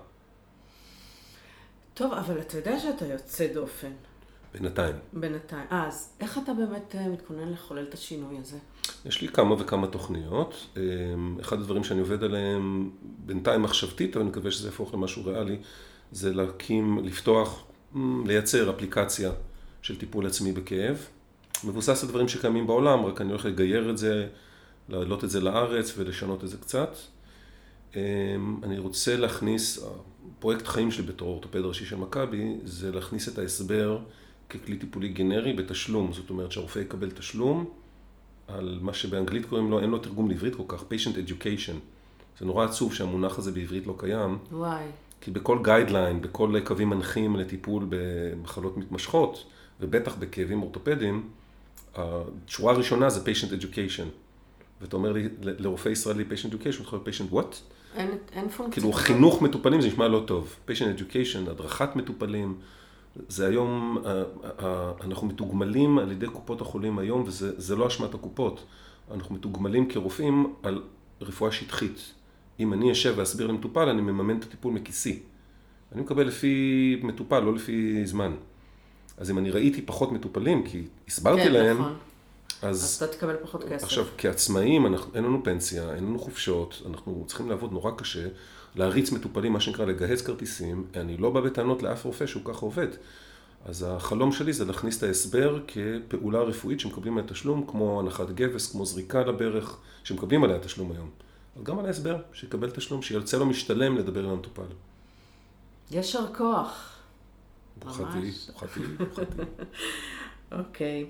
טוב, אבל אתה יודע שאתה יוצא דופן. בינתיים. בינתיים. אז איך אתה באמת מתכונן לחולל את השינוי הזה? יש לי כמה וכמה תוכניות. אחד הדברים שאני עובד עליהם בינתיים מחשבתית, אבל אני מקווה שזה יהפוך למשהו ריאלי, זה להקים, לפתוח, לייצר אפליקציה של טיפול עצמי בכאב. מבוסס על דברים שקיימים בעולם, רק אני הולך לגייר את זה, להעלות את זה לארץ ולשנות את זה קצת. אני רוצה להכניס, פרויקט חיים שלי בתור אורתופד ראשי של מכבי, זה להכניס את ההסבר ככלי טיפולי גנרי בתשלום. זאת אומרת שהרופא יקבל תשלום על מה שבאנגלית קוראים לו, אין לו תרגום לעברית כל כך, patient education. זה נורא עצוב שהמונח הזה בעברית לא קיים. וואי. כי בכל גיידליין, בכל קווים מנחים לטיפול במחלות מתמשכות, ובטח בכאבים אורתופדיים, השורה הראשונה זה patient education. ואתה אומר לי, לרופא ישראלי patient education, אתה אומר patient what? אין, אין פונקציה. כאילו חינוך מטופלים זה נשמע לא טוב. patient education, הדרכת מטופלים, זה היום, אנחנו מתוגמלים על ידי קופות החולים היום, וזה לא אשמת הקופות. אנחנו מתוגמלים כרופאים על רפואה שטחית. אם אני אשב ואסביר למטופל, אני מממן את הטיפול מכיסי. אני מקבל לפי מטופל, לא לפי זמן. אז אם אני ראיתי פחות מטופלים, כי הסברתי כן, להם, נכון. אז... אז אתה תקבל פחות כסף. עכשיו, כעצמאים, אנחנו, אין לנו פנסיה, אין לנו חופשות, אנחנו צריכים לעבוד נורא קשה, להריץ מטופלים, מה שנקרא, לגהץ כרטיסים. אני לא בא בטענות לאף רופא שהוא ככה עובד. אז החלום שלי זה להכניס את ההסבר כפעולה רפואית שמקבלים עליה תשלום, כמו הנחת גבס, כמו זריקה לברך, שמקבלים עליה תשלום היום. אבל גם על ההסבר, שיקבל תשלום, שיוצא לו משתלם לדבר עם המטופל. ישר כוח. ברוכתי, ברוכתי, ברוכתי. אוקיי.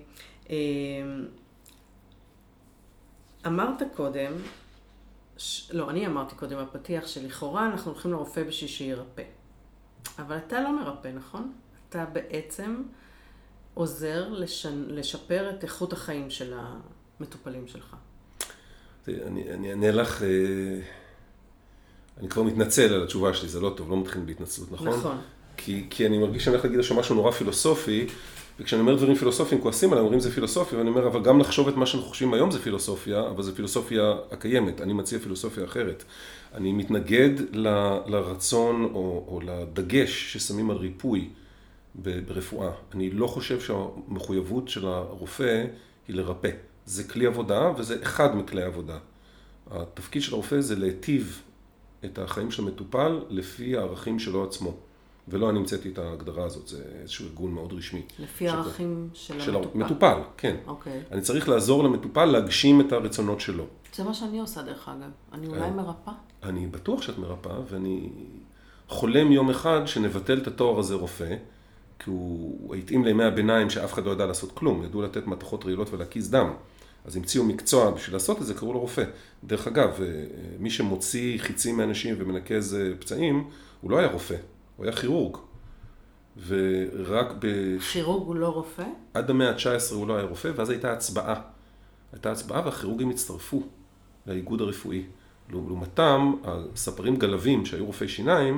אמרת קודם, ש... לא, אני אמרתי קודם בפתיח שלכאורה אנחנו הולכים לרופא בשביל שירפא. אבל אתה לא מרפא, נכון? אתה בעצם עוזר לשנ... לשפר את איכות החיים של המטופלים שלך. אני, אני אענה לך, אני כבר מתנצל על התשובה שלי, זה לא טוב, לא מתחיל בהתנצלות, נכון? נכון. כי, כי אני מרגיש שאני הולך להגיד עכשיו משהו נורא פילוסופי, וכשאני אומר דברים פילוסופיים, כועסים עליהם, אומרים זה פילוסופיה, ואני אומר, אבל גם לחשוב את מה שאנחנו חושבים היום זה פילוסופיה, אבל זה פילוסופיה הקיימת, אני מציע פילוסופיה אחרת. אני מתנגד ל, לרצון או, או לדגש ששמים על ריפוי ברפואה. אני לא חושב שהמחויבות של הרופא היא לרפא. זה כלי עבודה, וזה אחד מכלי עבודה. התפקיד של הרופא זה להיטיב את החיים של המטופל לפי הערכים שלו עצמו. ולא אני המצאתי את ההגדרה הזאת, זה איזשהו ארגון מאוד רשמי. לפי הערכים של, של המטופל. המטופל, כן. אוקיי. אני צריך לעזור למטופל להגשים את הרצונות שלו. זה מה שאני עושה דרך אגב. אני אולי מרפא? אני בטוח שאת מרפא, ואני חולם יום אחד שנבטל את התואר הזה רופא, כי הוא התאים לימי הביניים שאף אחד לא ידע לעשות כלום, ידעו לתת מתכות רעילות ולהקיז דם. אז המציאו מקצוע בשביל לעשות את זה, קראו לו רופא. דרך אגב, מי שמוציא חיצים מאנשים ומנקז פצעים, הוא לא היה רופא, הוא היה כירורג. ורק ב... כירורג הוא לא רופא? עד המאה ה-תשע עשרה הוא לא היה רופא, ואז הייתה הצבעה. הייתה הצבעה והכירורגים הצטרפו לאיגוד הרפואי. לעומתם, הספרים גלבים שהיו רופאי שיניים,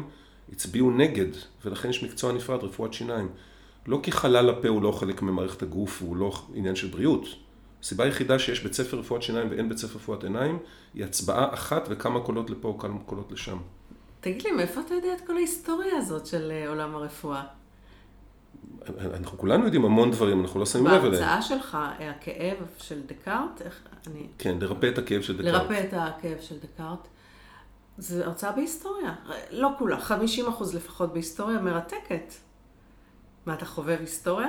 הצביעו נגד, ולכן יש מקצוע נפרד, רפואת שיניים. לא כי חלל הפה הוא לא חלק ממערכת הגוף, הוא לא עניין של בריאות. הסיבה היחידה שיש בית ספר רפואת שיניים ואין בית ספר רפואת עיניים, היא הצבעה אחת וכמה קולות לפה וכמה קולות לשם. תגיד לי, מאיפה אתה יודע את כל ההיסטוריה הזאת של עולם הרפואה? אנחנו כולנו יודעים המון דברים, אנחנו לא שמים לב אליהם. בהרצאה שלך, הכאב של דקארט, איך אני... כן, לרפא את הכאב של דקארט. לרפא את הכאב של דקארט. זו הרצאה בהיסטוריה. לא כולה, חמישים אחוז לפחות בהיסטוריה מרתקת. מה, אתה חובב היסטוריה?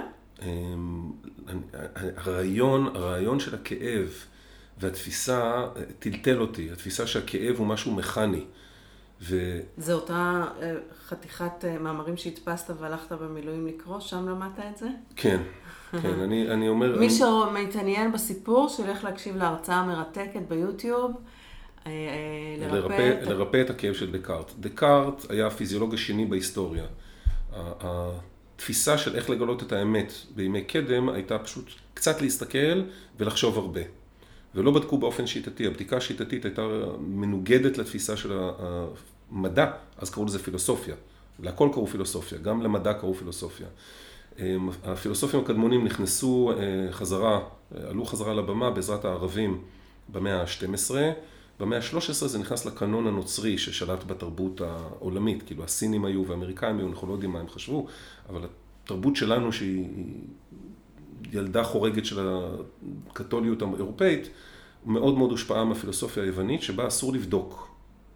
הרעיון, הרעיון של הכאב והתפיסה טלטל אותי. התפיסה שהכאב הוא משהו מכני. ו... זה אותה חתיכת מאמרים שהדפסת והלכת במילואים לקרוא, שם למדת את זה? כן, כן, אני, אני אומר... מי שמתעניין בסיפור, שילך להקשיב להרצאה המרתקת ביוטיוב, לרפא, לרפא את הכאב של דקארט. דקארט היה הפיזיולוג השני בהיסטוריה. התפיסה של איך לגלות את האמת בימי קדם הייתה פשוט קצת להסתכל ולחשוב הרבה. ולא בדקו באופן שיטתי. הבדיקה השיטתית הייתה מנוגדת לתפיסה של המדע, אז קראו לזה פילוסופיה. להכל קראו פילוסופיה, גם למדע קראו פילוסופיה. הפילוסופים הקדמונים נכנסו חזרה, עלו חזרה לבמה בעזרת הערבים במאה ה-שתים עשרה. במאה ה-שלוש עשרה זה נכנס לקנון הנוצרי ששלט בתרבות העולמית, כאילו הסינים היו והאמריקאים היו, אנחנו לא יודעים מה הם חשבו, אבל התרבות שלנו שהיא ילדה חורגת של הקתוליות האירופאית, מאוד מאוד הושפעה מהפילוסופיה היוונית, שבה אסור לבדוק.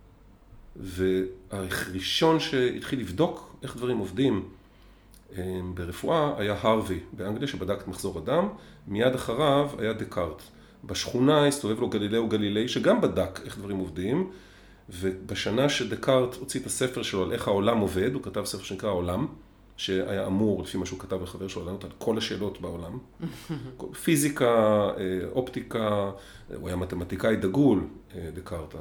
והראשון שהתחיל לבדוק איך דברים עובדים ברפואה היה הרווי באנגליה, שבדק את מחזור הדם, מיד אחריו היה דקארט. בשכונה הסתובב לו גלילאו גלילי, שגם בדק איך דברים עובדים, ובשנה שדקארט הוציא את הספר שלו על איך העולם עובד, הוא כתב ספר שנקרא העולם, שהיה אמור, לפי מה שהוא כתב לחבר שלו, לענות על כל השאלות בעולם. פיזיקה, אופטיקה, הוא היה מתמטיקאי דגול, דקארט.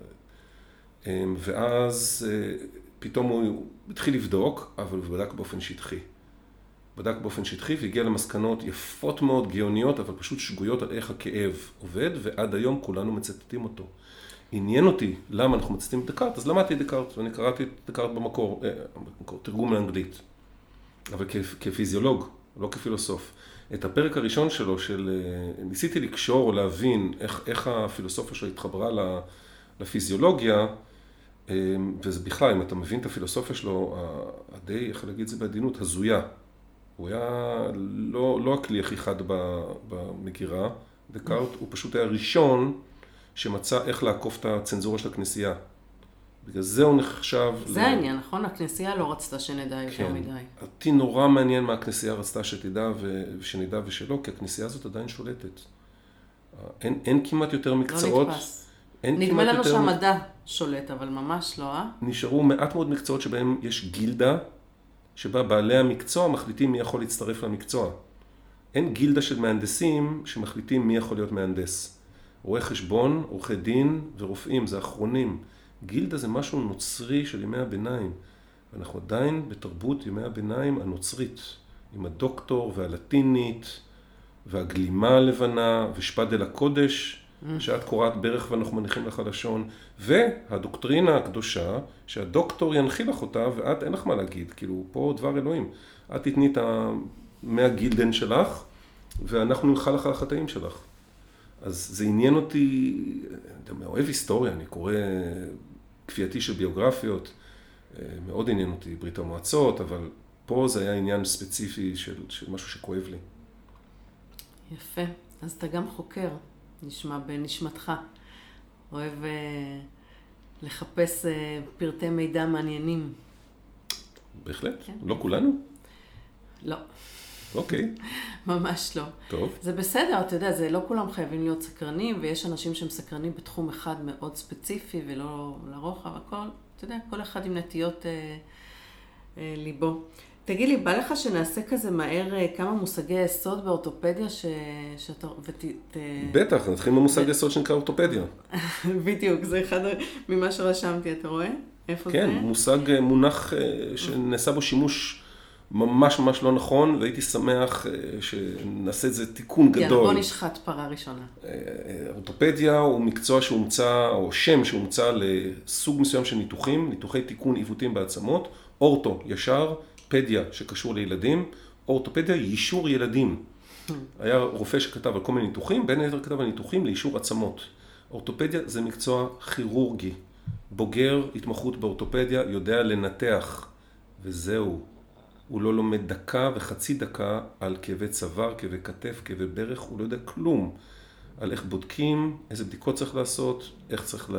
ואז פתאום הוא התחיל לבדוק, אבל הוא בדק באופן שטחי. בדק באופן שטחי והגיע למסקנות יפות מאוד, גאוניות, אבל פשוט שגויות על איך הכאב עובד, ועד היום כולנו מצטטים אותו. עניין אותי למה אנחנו מצטטים את דקארט, אז למדתי דקארט, ואני קראתי את דקארט במקור, אה, תרגום לאנגלית. אבל כפיזיולוג, לא כפילוסוף. את הפרק הראשון שלו, של, ניסיתי לקשור או להבין איך, איך הפילוסופיה שלו התחברה לפיזיולוגיה, וזה בכלל, אם אתה מבין את הפילוסופיה שלו, הדי, איך להגיד את זה בעדינות, הזויה. הוא היה לא, לא הכלי הכי חד במגירה, דקארט, הוא פשוט היה ראשון שמצא איך לעקוף את הצנזורה של הכנסייה. בגלל זה הוא נחשב... זה העניין, ל... נכון? הכנסייה לא רצתה שנדע יותר כן. מדי. אותי נורא מעניין מה הכנסייה רצתה שתדע ושנדע ושלא, כי הכנסייה הזאת עדיין שולטת. אין, אין כמעט יותר מקצועות... לא נתפס. נדמה לנו יותר... שהמדע שולט, אבל ממש לא, אה? נשארו מעט מאוד מקצועות שבהם יש גילדה, שבה בעלי המקצוע מחליטים מי יכול להצטרף למקצוע. אין גילדה של מהנדסים שמחליטים מי יכול להיות מהנדס. רואי חשבון, עורכי דין ורופאים, זה אחרונים. גילדה זה משהו נוצרי של ימי הביניים. ואנחנו עדיין בתרבות ימי הביניים הנוצרית, עם הדוקטור והלטינית, והגלימה הלבנה, ושפדל הקודש, שאת קוראת ברך ואנחנו מניחים לך לשון, והדוקטרינה הקדושה, שהדוקטור ינחיל לך אותה, ואת אין לך מה להגיד, כאילו, פה דבר אלוהים. את תתני את המאה גילדן שלך, ואנחנו נלכה לך על החטאים שלך. אז זה עניין אותי, אני אוהב היסטוריה, אני קורא כפייתי של ביוגרפיות, מאוד עניין אותי ברית המועצות, אבל פה זה היה עניין ספציפי של, של משהו שכואב לי. יפה, אז אתה גם חוקר, נשמע בנשמתך, אוהב אה, לחפש אה, פרטי מידע מעניינים. בהחלט, כן. לא כולנו? לא. אוקיי. ממש לא. טוב. זה בסדר, אתה יודע, זה לא כולם חייבים להיות סקרנים, ויש אנשים שהם סקרנים בתחום אחד מאוד ספציפי, ולא לרוחב, הכל, אתה יודע, כל אחד עם נטיות אה, אה, ליבו. תגיד לי, בא לך שנעשה כזה מהר אה, כמה מושגי יסוד באורתופדיה ש... שאתה... ות... ת... בטח, נתחיל במושג יסוד שנקרא אורתופדיה. בדיוק, זה אחד ממה שרשמתי, אתה רואה? איפה כן, זה? כן, מושג מונח שנעשה בו שימוש ממש ממש לא נכון, והייתי שמח שנעשה את זה תיקון גדול. יאללה, בוא נשחט פרה ראשונה. אורתופדיה הוא מקצוע שהומצא, או שם שהומצא לסוג מסוים של ניתוחים, ניתוחי תיקון עיוותים בעצמות, אורתו ישר, פדיה שקשור לילדים, אורתופדיה יישור ילדים. היה רופא שכתב על כל מיני ניתוחים, בין היתר כתב על ניתוחים ליישור עצמות. אורתופדיה זה מקצוע כירורגי. בוגר התמחות באורתופדיה יודע לנתח, וזהו. הוא לא לומד דקה וחצי דקה על כאבי צוואר, כאבי כתף, כאבי ברך, הוא לא יודע כלום. על איך בודקים, איזה בדיקות צריך לעשות, איך צריך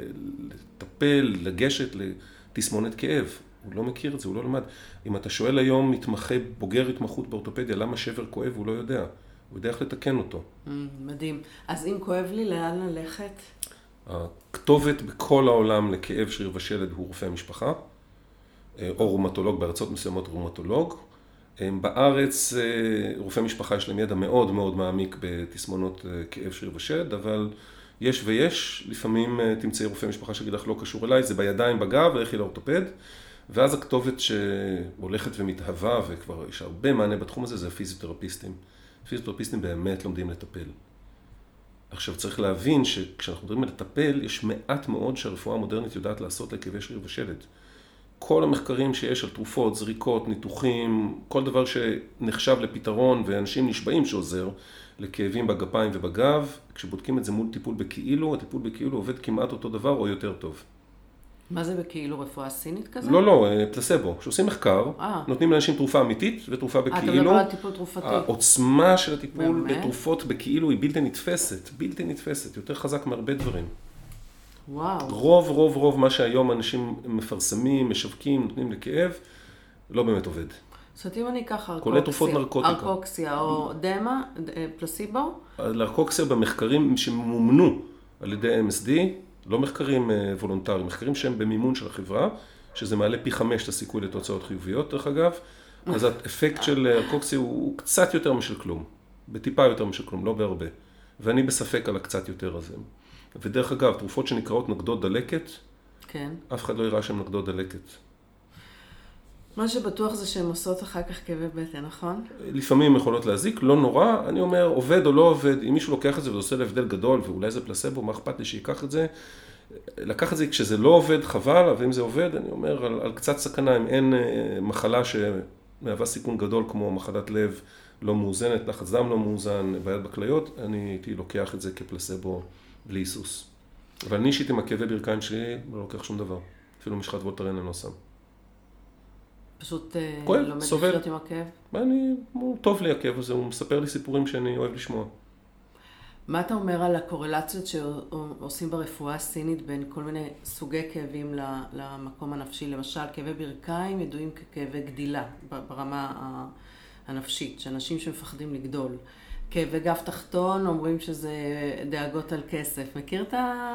לטפל, לגשת לתסמונת כאב. הוא לא מכיר את זה, הוא לא למד. אם אתה שואל היום מתמחה, בוגר התמחות באורתופדיה, למה שבר כואב, הוא לא יודע. הוא יודע איך לתקן אותו. מדהים. אז אם כואב לי, לאן ללכת? הכתובת בכל העולם לכאב שריר ושלד הוא רופא משפחה, או רומטולוג, בארצות מסוימות רומטולוג. בארץ רופא משפחה יש להם ידע מאוד מאוד מעמיק בתסמונות כאב שריר ושלד, אבל יש ויש, לפעמים תמצאי רופא משפחה שיגיד לך לא קשור אליי, זה בידיים בגב, לכי לאורתופד, ואז הכתובת שהולכת ומתהווה, וכבר יש הרבה מענה בתחום הזה, זה הפיזיותרפיסטים. פיזיותרפיסטים באמת לומדים לטפל. עכשיו צריך להבין שכשאנחנו מדברים על לטפל, יש מעט מאוד שהרפואה המודרנית יודעת לעשות לכאבי שריר ושלד. כל המחקרים שיש על תרופות, זריקות, ניתוחים, כל דבר שנחשב לפתרון ואנשים נשבעים שעוזר לכאבים בגפיים ובגב, כשבודקים את זה מול טיפול בכאילו, הטיפול בכאילו עובד כמעט אותו דבר או יותר טוב. מה זה בכאילו? רפואה סינית כזה? לא, לא, פלסבו. כשעושים מחקר, נותנים לאנשים תרופה אמיתית ותרופה בכאילו. אתה מדבר על טיפול תרופתי. העוצמה של הטיפול בתרופות בכאילו היא בלתי נתפסת, בלתי נתפסת, יותר חזק מהרבה דברים. וואו. רוב, רוב, רוב מה שהיום אנשים מפרסמים, משווקים, נותנים לכאב, לא באמת עובד. זאת אומרת, אם אני אקח כולל תרופות נרקוטיקה. ארקוקסיה או דמה, פלסיבו? לארקוקסיה במחקרים שמומנו על ידי אם אס די, לא מחקרים וולונטריים, מחקרים שהם במימון של החברה, שזה מעלה פי חמש את הסיכוי לתוצאות חיוביות, דרך אגב, אז האפקט של ארקוקסיה הוא קצת יותר משל כלום, בטיפה יותר משל כלום, לא בהרבה. ואני בספק על הקצת יותר הזה. ודרך אגב, תרופות שנקראות נוגדות דלקת, כן. אף אחד לא יראה שהן נוגדות דלקת. מה שבטוח זה שהן עושות אחר כך כאבי בטן, נכון? לפעמים יכולות להזיק, לא נורא, אני אומר, עובד או לא עובד, אם מישהו לוקח את זה ועושה להבדל גדול, ואולי זה פלסבו, מה אכפת לי שיקח את זה, לקח את זה כשזה לא עובד, חבל, אבל אם זה עובד, אני אומר, על, על קצת סכנה, אם אין מחלה שמהווה סיכון גדול, כמו מחלת לב לא מאוזנת, לחץ דם לא מאוזן, בעיית בכליות, אני הייתי לוקח את זה כפלסבו בלי היסוס. אבל אני אישית עם הכאבי ברכיים שלי, לא לוקח שום דבר. אפילו משחת וולטרן אני לא שם. פשוט כואב, לומד סובל. לחיות עם הכאב? אני, הוא טוב לי הכאב הזה, הוא מספר לי סיפורים שאני אוהב לשמוע. מה אתה אומר על הקורלציות שעושים ברפואה הסינית בין כל מיני סוגי כאבים למקום הנפשי? למשל, כאבי ברכיים ידועים ככאבי גדילה ברמה הנפשית, שאנשים שמפחדים לגדול. כאבי גב תחתון אומרים שזה דאגות על כסף. מכיר את ה...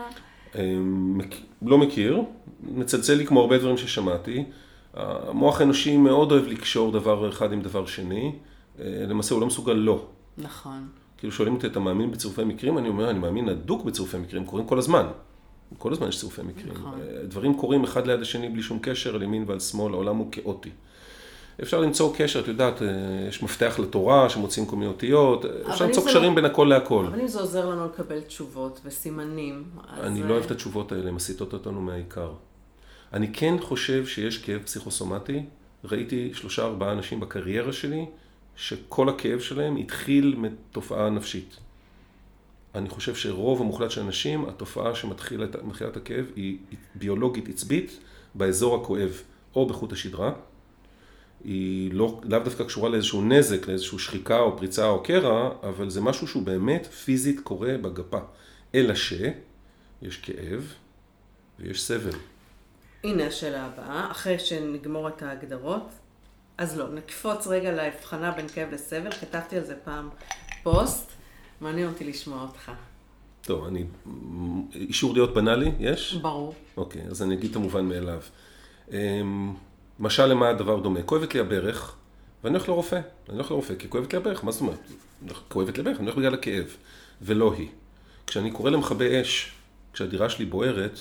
לא מכיר. מצלצל לי כמו הרבה דברים ששמעתי. המוח האנושי מאוד אוהב לקשור דבר אחד עם דבר שני. למעשה הוא לא מסוגל לא. נכון. כאילו שואלים אותי, אתה מאמין בצירופי מקרים? אני אומר, אני מאמין הדוק בצירופי מקרים, קורים כל הזמן. כל הזמן יש צירופי מקרים. נכון. דברים קורים אחד ליד השני בלי שום קשר, על ימין ועל שמאל, העולם הוא כאוטי. אפשר למצוא קשר, את יודעת, יש מפתח לתורה שמוצאים כל מיני אותיות, אפשר למצוא קשרים לא... בין הכל להכל. אבל אם זה עוזר לנו לקבל תשובות וסימנים, אז... אני לא אוהב את התשובות האלה, הן מסיטות אותנו מהעיקר. אני כן חושב שיש כאב פסיכוסומטי, ראיתי שלושה ארבעה אנשים בקריירה שלי, שכל הכאב שלהם התחיל מתופעה נפשית. אני חושב שרוב המוחלט של אנשים, התופעה שמתחילה את הכאב היא ביולוגית עצבית באזור הכואב, או בחוט השדרה. היא לא, לאו דווקא קשורה לאיזשהו נזק, לאיזשהו שחיקה או פריצה או קרע, אבל זה משהו שהוא באמת פיזית קורה בגפה. אלא שיש כאב ויש סבל. הנה השאלה הבאה, אחרי שנגמור את ההגדרות. אז לא, נקפוץ רגע להבחנה בין כאב לסבל, כתבתי על זה פעם פוסט, מעניין אותי לשמוע אותך. טוב, אני... אישור להיות בנאלי, יש? ברור. אוקיי, אז אני אגיד את המובן מאליו. משל למה הדבר דומה? כואבת לי הברך, ואני הולך לרופא. אני הולך לרופא, כי כואבת לי הברך, מה זאת אומרת? כואבת לי הברך, אני הולך בגלל הכאב, ולא היא. כשאני קורא למכבי אש, כשהדירה שלי בוערת,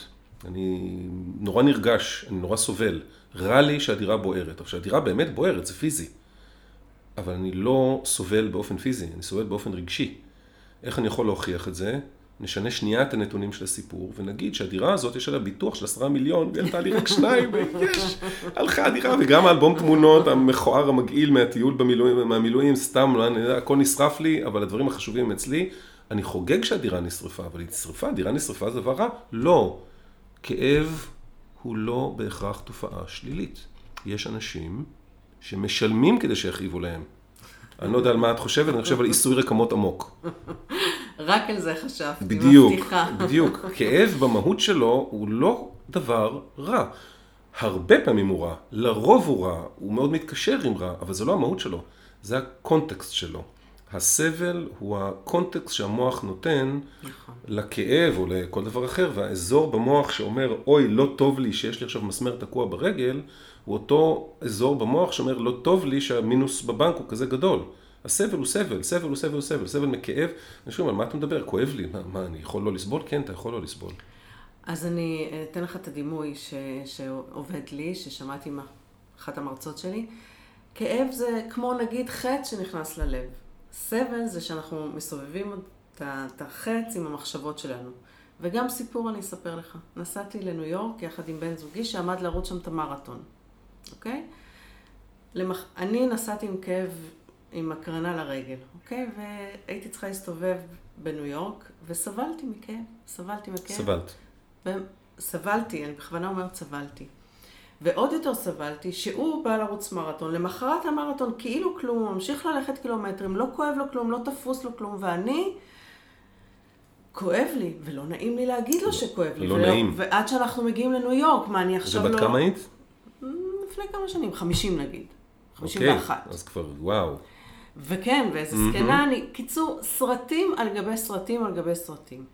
אני נורא נרגש, אני נורא סובל. רע לי שהדירה בוערת. עכשיו, שהדירה באמת בוערת, זה פיזי. אבל אני לא סובל באופן פיזי, אני סובל באופן רגשי. איך אני יכול להוכיח את זה? נשנה שנייה את הנתונים של הסיפור, ונגיד שהדירה הזאת יש עליה ביטוח של עשרה מיליון, ועלתה לי רק שניים, ויש, הלכה הדירה, וגם האלבום תמונות, המכוער המגעיל מהטיול במילואים, מהמילואים, סתם, לא, אני, הכל נשרף לי, אבל הדברים החשובים אצלי, אני חוגג שהדירה נשרפה, אבל היא נשרפה, הדירה נשרפה זה דבר רע? לא. כאב הוא לא בהכרח תופעה שלילית. יש אנשים שמשלמים כדי שיכאיבו להם. אני לא יודע על מה את חושבת, אני חושב על עיסוי רקמות עמוק. רק על זה חשבתי, בדיוק, מבטיחה. בדיוק. כאב במהות שלו הוא לא דבר רע. הרבה פעמים הוא רע, לרוב הוא רע, הוא מאוד מתקשר עם רע, אבל זה לא המהות שלו, זה הקונטקסט שלו. הסבל הוא הקונטקסט שהמוח נותן נכון. לכאב או לכל דבר אחר, והאזור במוח שאומר, אוי, לא טוב לי שיש לי עכשיו מסמר תקוע ברגל, הוא אותו אזור במוח שאומר, לא טוב לי שהמינוס בבנק הוא כזה גדול. הסבל הוא סבל, סבל הוא סבל הוא סבל, סבל מכאב. אני שואל, על מה אתה מדבר? כואב לי. מה, מה, אני יכול לא לסבול? כן, אתה יכול לא לסבול. אז אני אתן לך את הדימוי ש... שעובד לי, ששמעתי מאחת המרצות שלי. כאב זה כמו נגיד חץ שנכנס ללב. סבל זה שאנחנו מסובבים את החץ עם המחשבות שלנו. וגם סיפור אני אספר לך. נסעתי לניו יורק יחד עם בן זוגי שעמד לרוץ שם את המרתון. אוקיי? למח... אני נסעתי עם כאב, עם הקרנה לרגל, אוקיי? והייתי צריכה להסתובב בניו יורק, וסבלתי מכאב. סבלתי מכאב. סבלת. סבלתי, אני בכוונה אומרת סבלתי. ועוד יותר סבלתי שהוא בא לרוץ מרתון, למחרת המרתון כאילו כלום, ממשיך ללכת קילומטרים, לא כואב לו כלום, לא תפוס לו כלום, ואני, כואב לי, ולא נעים לי להגיד לו שכואב לי. לא ולא, נעים. ועד שאנחנו מגיעים לניו יורק, מה אני עכשיו לא... זה בת כמה היית? לפני כמה שנים, חמישים נגיד, חמישים אוקיי, ואחת. אז כבר, וואו. וכן, ואיזה סקנה, אני, קיצור, סרטים על גבי סרטים על גבי סרטים.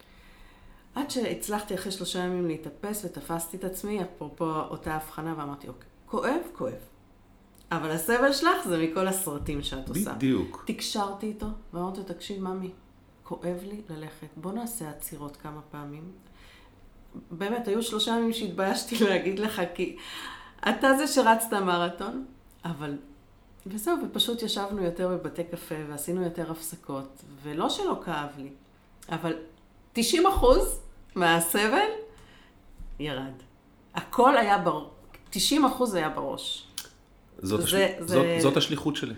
עד שהצלחתי אחרי שלושה ימים להתאפס ותפסתי את עצמי, אפרופו אותה הבחנה, ואמרתי, אוקיי, כואב, כואב. אבל הסבל שלך זה מכל הסרטים שאת עושה. בדיוק. תקשרתי איתו, ואמרתי, תקשיב, ממי, כואב לי ללכת. בוא נעשה עצירות כמה פעמים. באמת, היו שלושה ימים שהתביישתי להגיד לך, כי אתה זה שרצת מרתון, אבל... וזהו, ופשוט ישבנו יותר בבתי קפה, ועשינו יותר הפסקות, ולא שלא כאב לי, אבל תשעים אחוז מהסבל ירד. הכל היה בראש, תשעים אחוז היה בראש. זאת, זה, השל... זה... זאת, זאת השליחות שלי.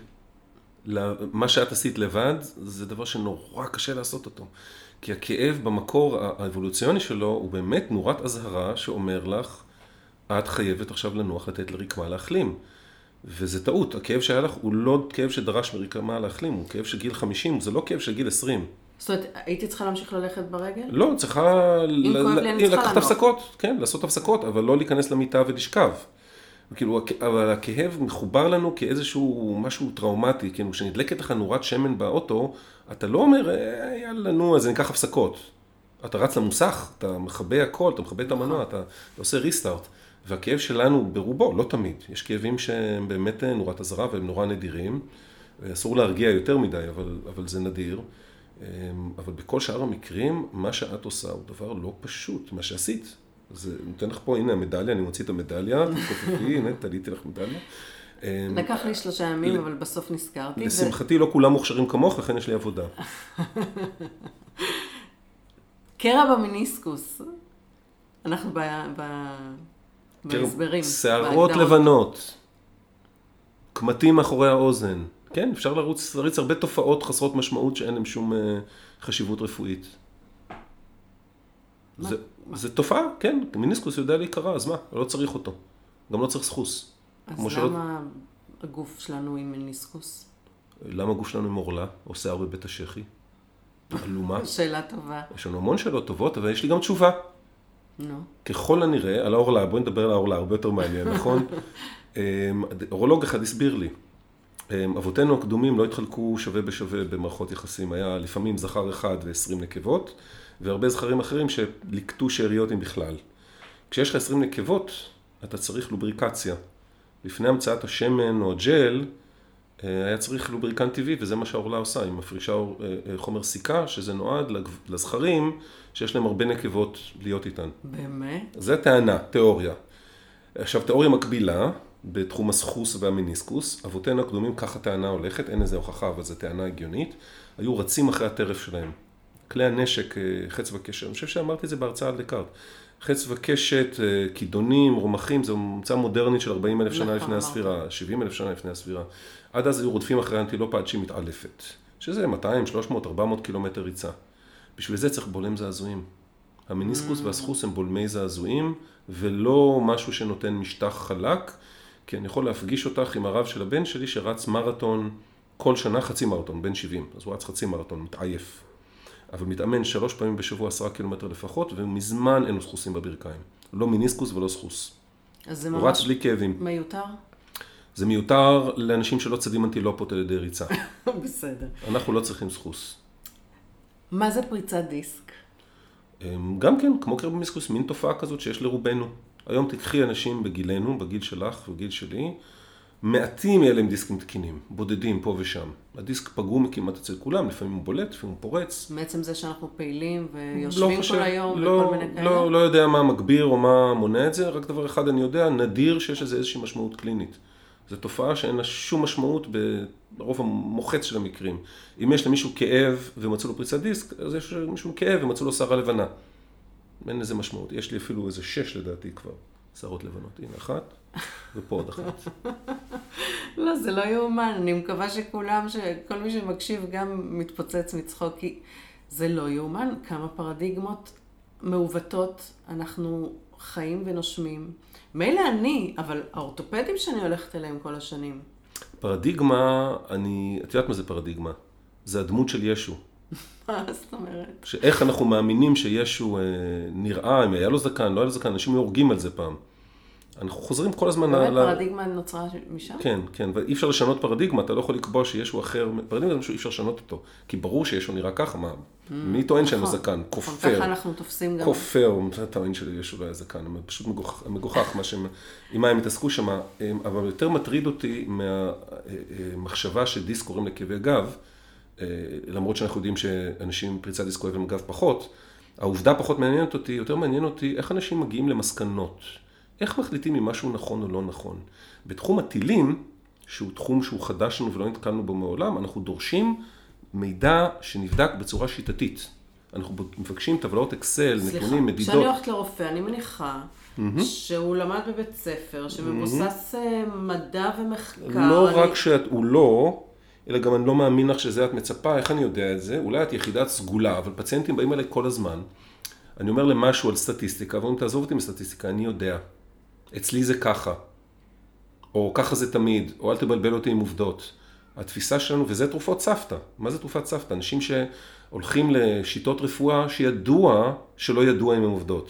מה שאת עשית לבד, זה דבר שנורא קשה לעשות אותו. כי הכאב במקור האבולוציוני שלו, הוא באמת נורת אזהרה שאומר לך, את חייבת עכשיו לנוח, לתת לרקמה להחלים. וזה טעות, הכאב שהיה לך הוא לא כאב שדרש מרקמה להחלים, הוא כאב של גיל חמישים, זה לא כאב של גיל עשרים. זאת אומרת, הייתי צריכה להמשיך ללכת ברגל? לא, צריכה לקחת לנוח. הפסקות, כן, לעשות הפסקות, אבל לא להיכנס למיטה ולשכב. כאילו, אבל הכאב מחובר לנו כאיזשהו משהו טראומטי, כאילו, כשנדלקת לך נורת שמן באוטו, אתה לא אומר, יאללה, נו, אז אני אקח הפסקות. אתה רץ למוסך, אתה מכבה הכל, אתה מכבה את המנוע, אתה, אתה עושה ריסטארט. והכאב שלנו ברובו, לא תמיד. יש כאבים שהם באמת נורת אזהרה והם נורא נדירים. אסור להרגיע יותר מדי, אבל, אבל זה נדיר. אבל בכל שאר המקרים, מה שאת עושה הוא דבר לא פשוט. מה שעשית, זה נותן לך פה, הנה המדליה, אני מוציא את המדליה, תקופפי, הנה, תליתי לך מדליה. לקח לי שלושה ימים, אבל בסוף נזכרתי. לשמחתי, לא כולם מוכשרים כמוך, לכן יש לי עבודה. קרע במיניסקוס. אנחנו ב... בהסברים. שערות לבנות, קמטים מאחורי האוזן. כן, אפשר לרוץ, לריץ הרבה תופעות חסרות משמעות שאין להם שום חשיבות רפואית. זה, זה תופעה, כן, מיניסקוס יודע להיקרא, אז מה? לא צריך אותו. גם לא צריך סחוס. אז למה שלא... הגוף שלנו עם מיניסקוס? למה הגוף שלנו עם עורלה? או שיער בבית השחי? אלומה? שאלה טובה. יש לנו המון שאלות טובות, אבל יש לי גם תשובה. נו. ככל הנראה, על האורלה, בואי נדבר על האורלה, הרבה יותר מעניין, נכון? אורולוג אחד הסביר לי, אבותינו הקדומים לא התחלקו שווה בשווה במערכות יחסים, היה לפעמים זכר אחד ועשרים נקבות, והרבה זכרים אחרים שליקטו שאריות עם בכלל. כשיש לך עשרים נקבות, אתה צריך לובריקציה. לפני המצאת השמן או הג'ל, היה צריך לובריקנט טבעי, וזה מה שהאורלה עושה, היא מפרישה חומר סיכה, שזה נועד לזכרים, שיש להם הרבה נקבות להיות איתן. באמת? זה טענה, תיאוריה. עכשיו, תיאוריה מקבילה, בתחום הסחוס והמיניסקוס, אבותינו הקדומים, ככה טענה הולכת, אין איזה הוכחה, אבל זו טענה הגיונית, היו רצים אחרי הטרף שלהם. כלי הנשק, חץ וקשת, אני חושב שאמרתי את זה בהרצאה על דקארט. חץ וקשת, כידונים, רומחים, זו מומצא מודרנית של ארבעים אלף שנה לפני הספירה, שבעים אלף שנה לפני הספירה. עד אז היו רודפים אחרי האנטילופה עד שהיא מתעלפת, שזה מאתיים, שלוש מאות, ארבע מאות קילומטר ריצה. בשביל זה צריך בולם זעזועים. המיניסקוס והסחוס הם בולמי זעזועים, ולא משהו שנותן משטח חלק, כי אני יכול להפגיש אותך עם הרב של הבן שלי שרץ מרתון כל שנה, חצי מרתון, בן שבעים, אז הוא רץ חצי מרתון, מתעייף. אבל מתאמן שלוש פעמים בשבוע, עשרה קילומטר לפחות, ומזמן אין לו סחוסים בברכיים. לא מיניסקוס ולא סחוס. אז זה הוא ממש רץ בלי כאבים. מיותר? זה מיותר לאנשים שלא צדים אנטילופות על ידי ריצה. בסדר. אנחנו לא צריכים סחוס. מה זה פריצת דיסק? גם כן, כמו קרב במיסקוס, מין תופעה כזאת שיש לרובנו. היום תקחי אנשים בגילנו, בגיל שלך ובגיל שלי, מעטים אלה עם דיסקים תקינים, בודדים פה ושם. הדיסק פגום כמעט אצל כולם, לפעמים הוא בולט, לפעמים הוא פורץ. בעצם זה שאנחנו פעילים ויושבים לא כל חושב, היום לא, וכל מיני כאלה? לא, לא יודע מה מגביר או מה מונע את זה, רק דבר אחד אני יודע, נדיר שיש לזה איזושהי משמעות קלינית. זו תופעה שאין לה שום משמעות ברוב המוחץ של המקרים. אם יש למישהו כאב ומצאו לו פריצת דיסק, אז יש למישהו כאב ומצאו לו שערה לבנה. אין לזה משמעות. יש לי אפילו איזה שש לדעתי כבר, שערות לבנות. הנה אחת, ופה עוד אחת. לא, זה לא יאומן. אני מקווה שכולם, שכל מי שמקשיב גם מתפוצץ מצחוק, כי זה לא יאומן. כמה פרדיגמות מעוותות אנחנו חיים ונושמים. מילא אני, אבל האורתופדים שאני הולכת אליהם כל השנים. פרדיגמה, אני, את יודעת מה זה פרדיגמה? זה הדמות של ישו. מה זאת אומרת? שאיך אנחנו מאמינים שישו אה, נראה, אם היה לו זקן, לא היה לו זקן, אנשים הורגים על זה פעם. אנחנו חוזרים כל הזמן... באמת ל... פרדיגמה נוצרה משם? כן, כן, ואי אפשר לשנות פרדיגמה, אתה לא יכול לקבוע שישו אחר, פרדיגמה זה משהו, אי אפשר לשנות אותו, כי ברור שישו נראה ככה, מה? Mm, מי טוען שאין לו זקן? כופר. ככה אנחנו תופסים גם. כופר, זה טוען שישו לא היה זקן, פשוט מגוח, מגוחך, מה שהם, עם מה הם התעסקו שם, אבל יותר מטריד אותי מהמחשבה שדיסק קוראים לכאבי גב, למרות שאנחנו יודעים שאנשים פריצת דיסק כואב עם גב פחות, העובדה פחות מעניינת אותי, יותר מעניין אותי איך אנשים מגיעים למסקנות. איך מחליטים אם משהו נכון או לא נכון? בתחום הטילים, שהוא תחום שהוא חדש לנו ולא נתקלנו בו מעולם, אנחנו דורשים מידע שנבדק בצורה שיטתית. אנחנו מבקשים טבלאות אקסל, נתונים, מדידות. סליחה, כשאני הולכת לרופא, אני מניחה שהוא למד בבית ספר, שמבוסס מדע ומחקר. לא רק שהוא לא, אלא גם אני לא מאמין לך שזה את מצפה, איך אני יודע את זה? אולי את יחידת סגולה, אבל פציינטים באים אליי כל הזמן. אני אומר למשהו על סטטיסטיקה, ואומרים, תעזוב אותי מסטטיסטיקה, אני יודע. אצלי זה ככה, או ככה זה תמיד, או אל תבלבל אותי עם עובדות. התפיסה שלנו, וזה תרופות סבתא. מה זה תרופת סבתא? אנשים שהולכים לשיטות רפואה שידוע שלא ידוע עם עובדות.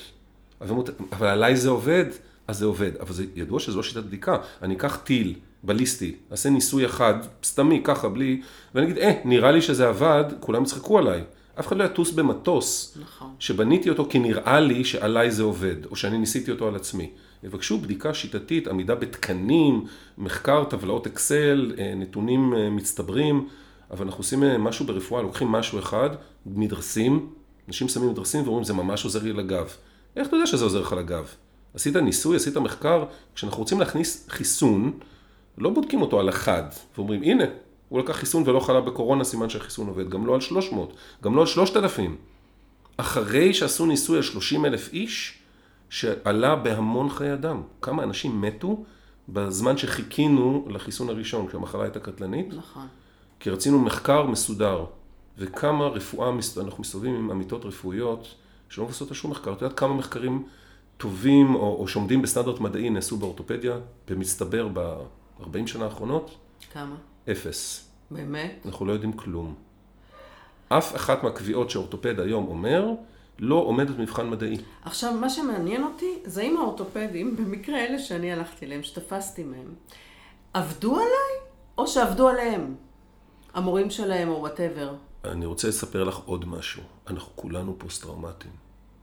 אבל עליי זה עובד, אז זה עובד. אבל זה ידוע שזו לא שיטת בדיקה. אני אקח טיל, בליסטי, אעשה ניסוי אחד, סתמי, ככה, בלי, ואני אגיד, אה, נראה לי שזה עבד, כולם יצחקו עליי. אף אחד לא יטוס במטוס, נכון. שבניתי אותו כי נראה לי שעליי זה עובד, או שאני ניסיתי אותו על עצמי. יבקשו בדיקה שיטתית, עמידה בתקנים, מחקר, טבלאות אקסל, נתונים מצטברים, אבל אנחנו עושים משהו ברפואה, לוקחים משהו אחד, מדרסים, אנשים שמים מדרסים ואומרים, זה ממש עוזר לי לגב. איך אתה יודע שזה עוזר לך לגב? עשית ניסוי, עשית מחקר, כשאנחנו רוצים להכניס חיסון, לא בודקים אותו על אחד, ואומרים, הנה, הוא לקח חיסון ולא חלה בקורונה, סימן שהחיסון עובד, גם לא על שלוש מאות, גם לא על שלושת אלפים. אחרי שעשו ניסוי על שלושים אלף איש, שעלה בהמון חיי אדם. כמה אנשים מתו בזמן שחיכינו לחיסון הראשון, כשהמחלה הייתה קטלנית. נכון. כי רצינו מחקר מסודר, וכמה רפואה, אנחנו מסתובבים עם אמיתות רפואיות, שלא מבוססות על שום מחקר. אתה יודעת כמה מחקרים טובים או, או שעומדים בסטנדרט מדעי נעשו באורתופדיה, במצטבר ב-ארבעים שנה האחרונות? כמה? אפס. באמת? אנחנו לא יודעים כלום. אף אחת מהקביעות שאורתופד היום אומר, לא עומדת במבחן מדעי. עכשיו, מה שמעניין אותי, זה אם האורתופדים, במקרה אלה שאני הלכתי אליהם, שתפסתי מהם, עבדו עליי או שעבדו עליהם? המורים שלהם או whatever. אני רוצה לספר לך עוד משהו. אנחנו כולנו פוסט-טראומטיים.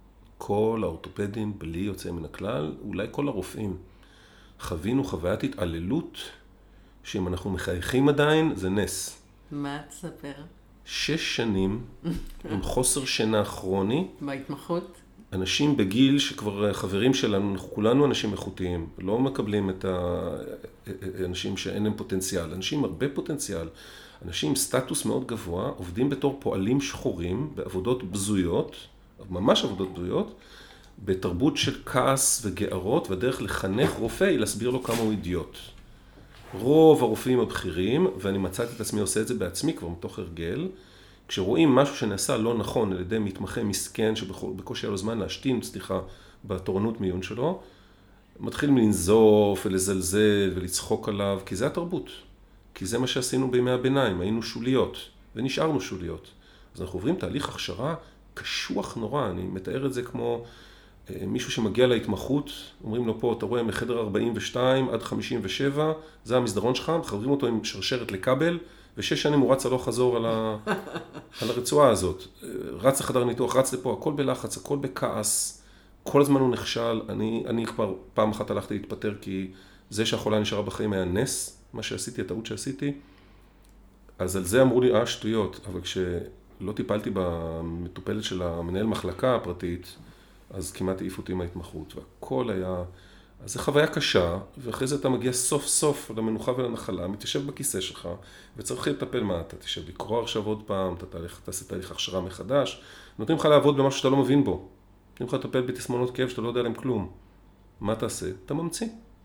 כל האורתופדים, בלי יוצא מן הכלל, אולי כל הרופאים, חווינו חוויית התעללות שאם אנחנו מחייכים עדיין, זה נס. מה תספר? שש שנים עם חוסר שינה כרוני. בהתמחות? אנשים בגיל שכבר חברים שלנו, אנחנו כולנו אנשים איכותיים, לא מקבלים את האנשים שאין להם פוטנציאל. אנשים הרבה פוטנציאל. אנשים עם סטטוס מאוד גבוה, עובדים בתור פועלים שחורים, בעבודות בזויות, ממש עבודות בזויות, בתרבות של כעס וגערות, והדרך לחנך רופא היא להסביר לו כמה הוא אידיוט. רוב הרופאים הבכירים, ואני מצאתי את עצמי עושה את זה בעצמי כבר מתוך הרגל, כשרואים משהו שנעשה לא נכון על ידי מתמחה מסכן, שבקושי היה לו זמן להשתין, סליחה, בתורנות מיון שלו, מתחילים לנזוף ולזלזל ולצחוק עליו, כי זה התרבות. כי זה מה שעשינו בימי הביניים, היינו שוליות, ונשארנו שוליות. אז אנחנו עוברים תהליך הכשרה קשוח נורא, אני מתאר את זה כמו מישהו שמגיע להתמחות, אומרים לו פה, אתה רואה מחדר ארבעים ושתיים עד חמישים ושבע, זה המסדרון שלך, מחברים אותו עם שרשרת לכבל, ושש שנים הוא רץ הלוך חזור על, ה... על הרצועה הזאת. רץ לחדר ניתוח, רץ לפה, הכל בלחץ, הכל בכעס, כל הזמן הוא נכשל. אני, אני כבר פעם אחת הלכתי להתפטר, כי זה שהחולה נשארה בחיים היה נס, מה שעשיתי, הטעות שעשיתי. אז על זה אמרו לי, אה, שטויות, אבל כשלא טיפלתי במטופלת של המנהל מחלקה הפרטית, אז כמעט העיף אותי מההתמחות, והכל היה... אז זו חוויה קשה, ואחרי זה אתה מגיע סוף סוף למנוחה ולנחלה, מתיישב בכיסא שלך, וצריך לטפל מה אתה תשב, לקרוא עכשיו עוד פעם, אתה תהליך, תעשה תהליך הכשרה מחדש, נותנים לך לעבוד במשהו שאתה לא מבין בו, נותנים לך לטפל בתסמונות כאב שאתה לא יודע עליהם כלום. מה תעשה? אתה ממציא.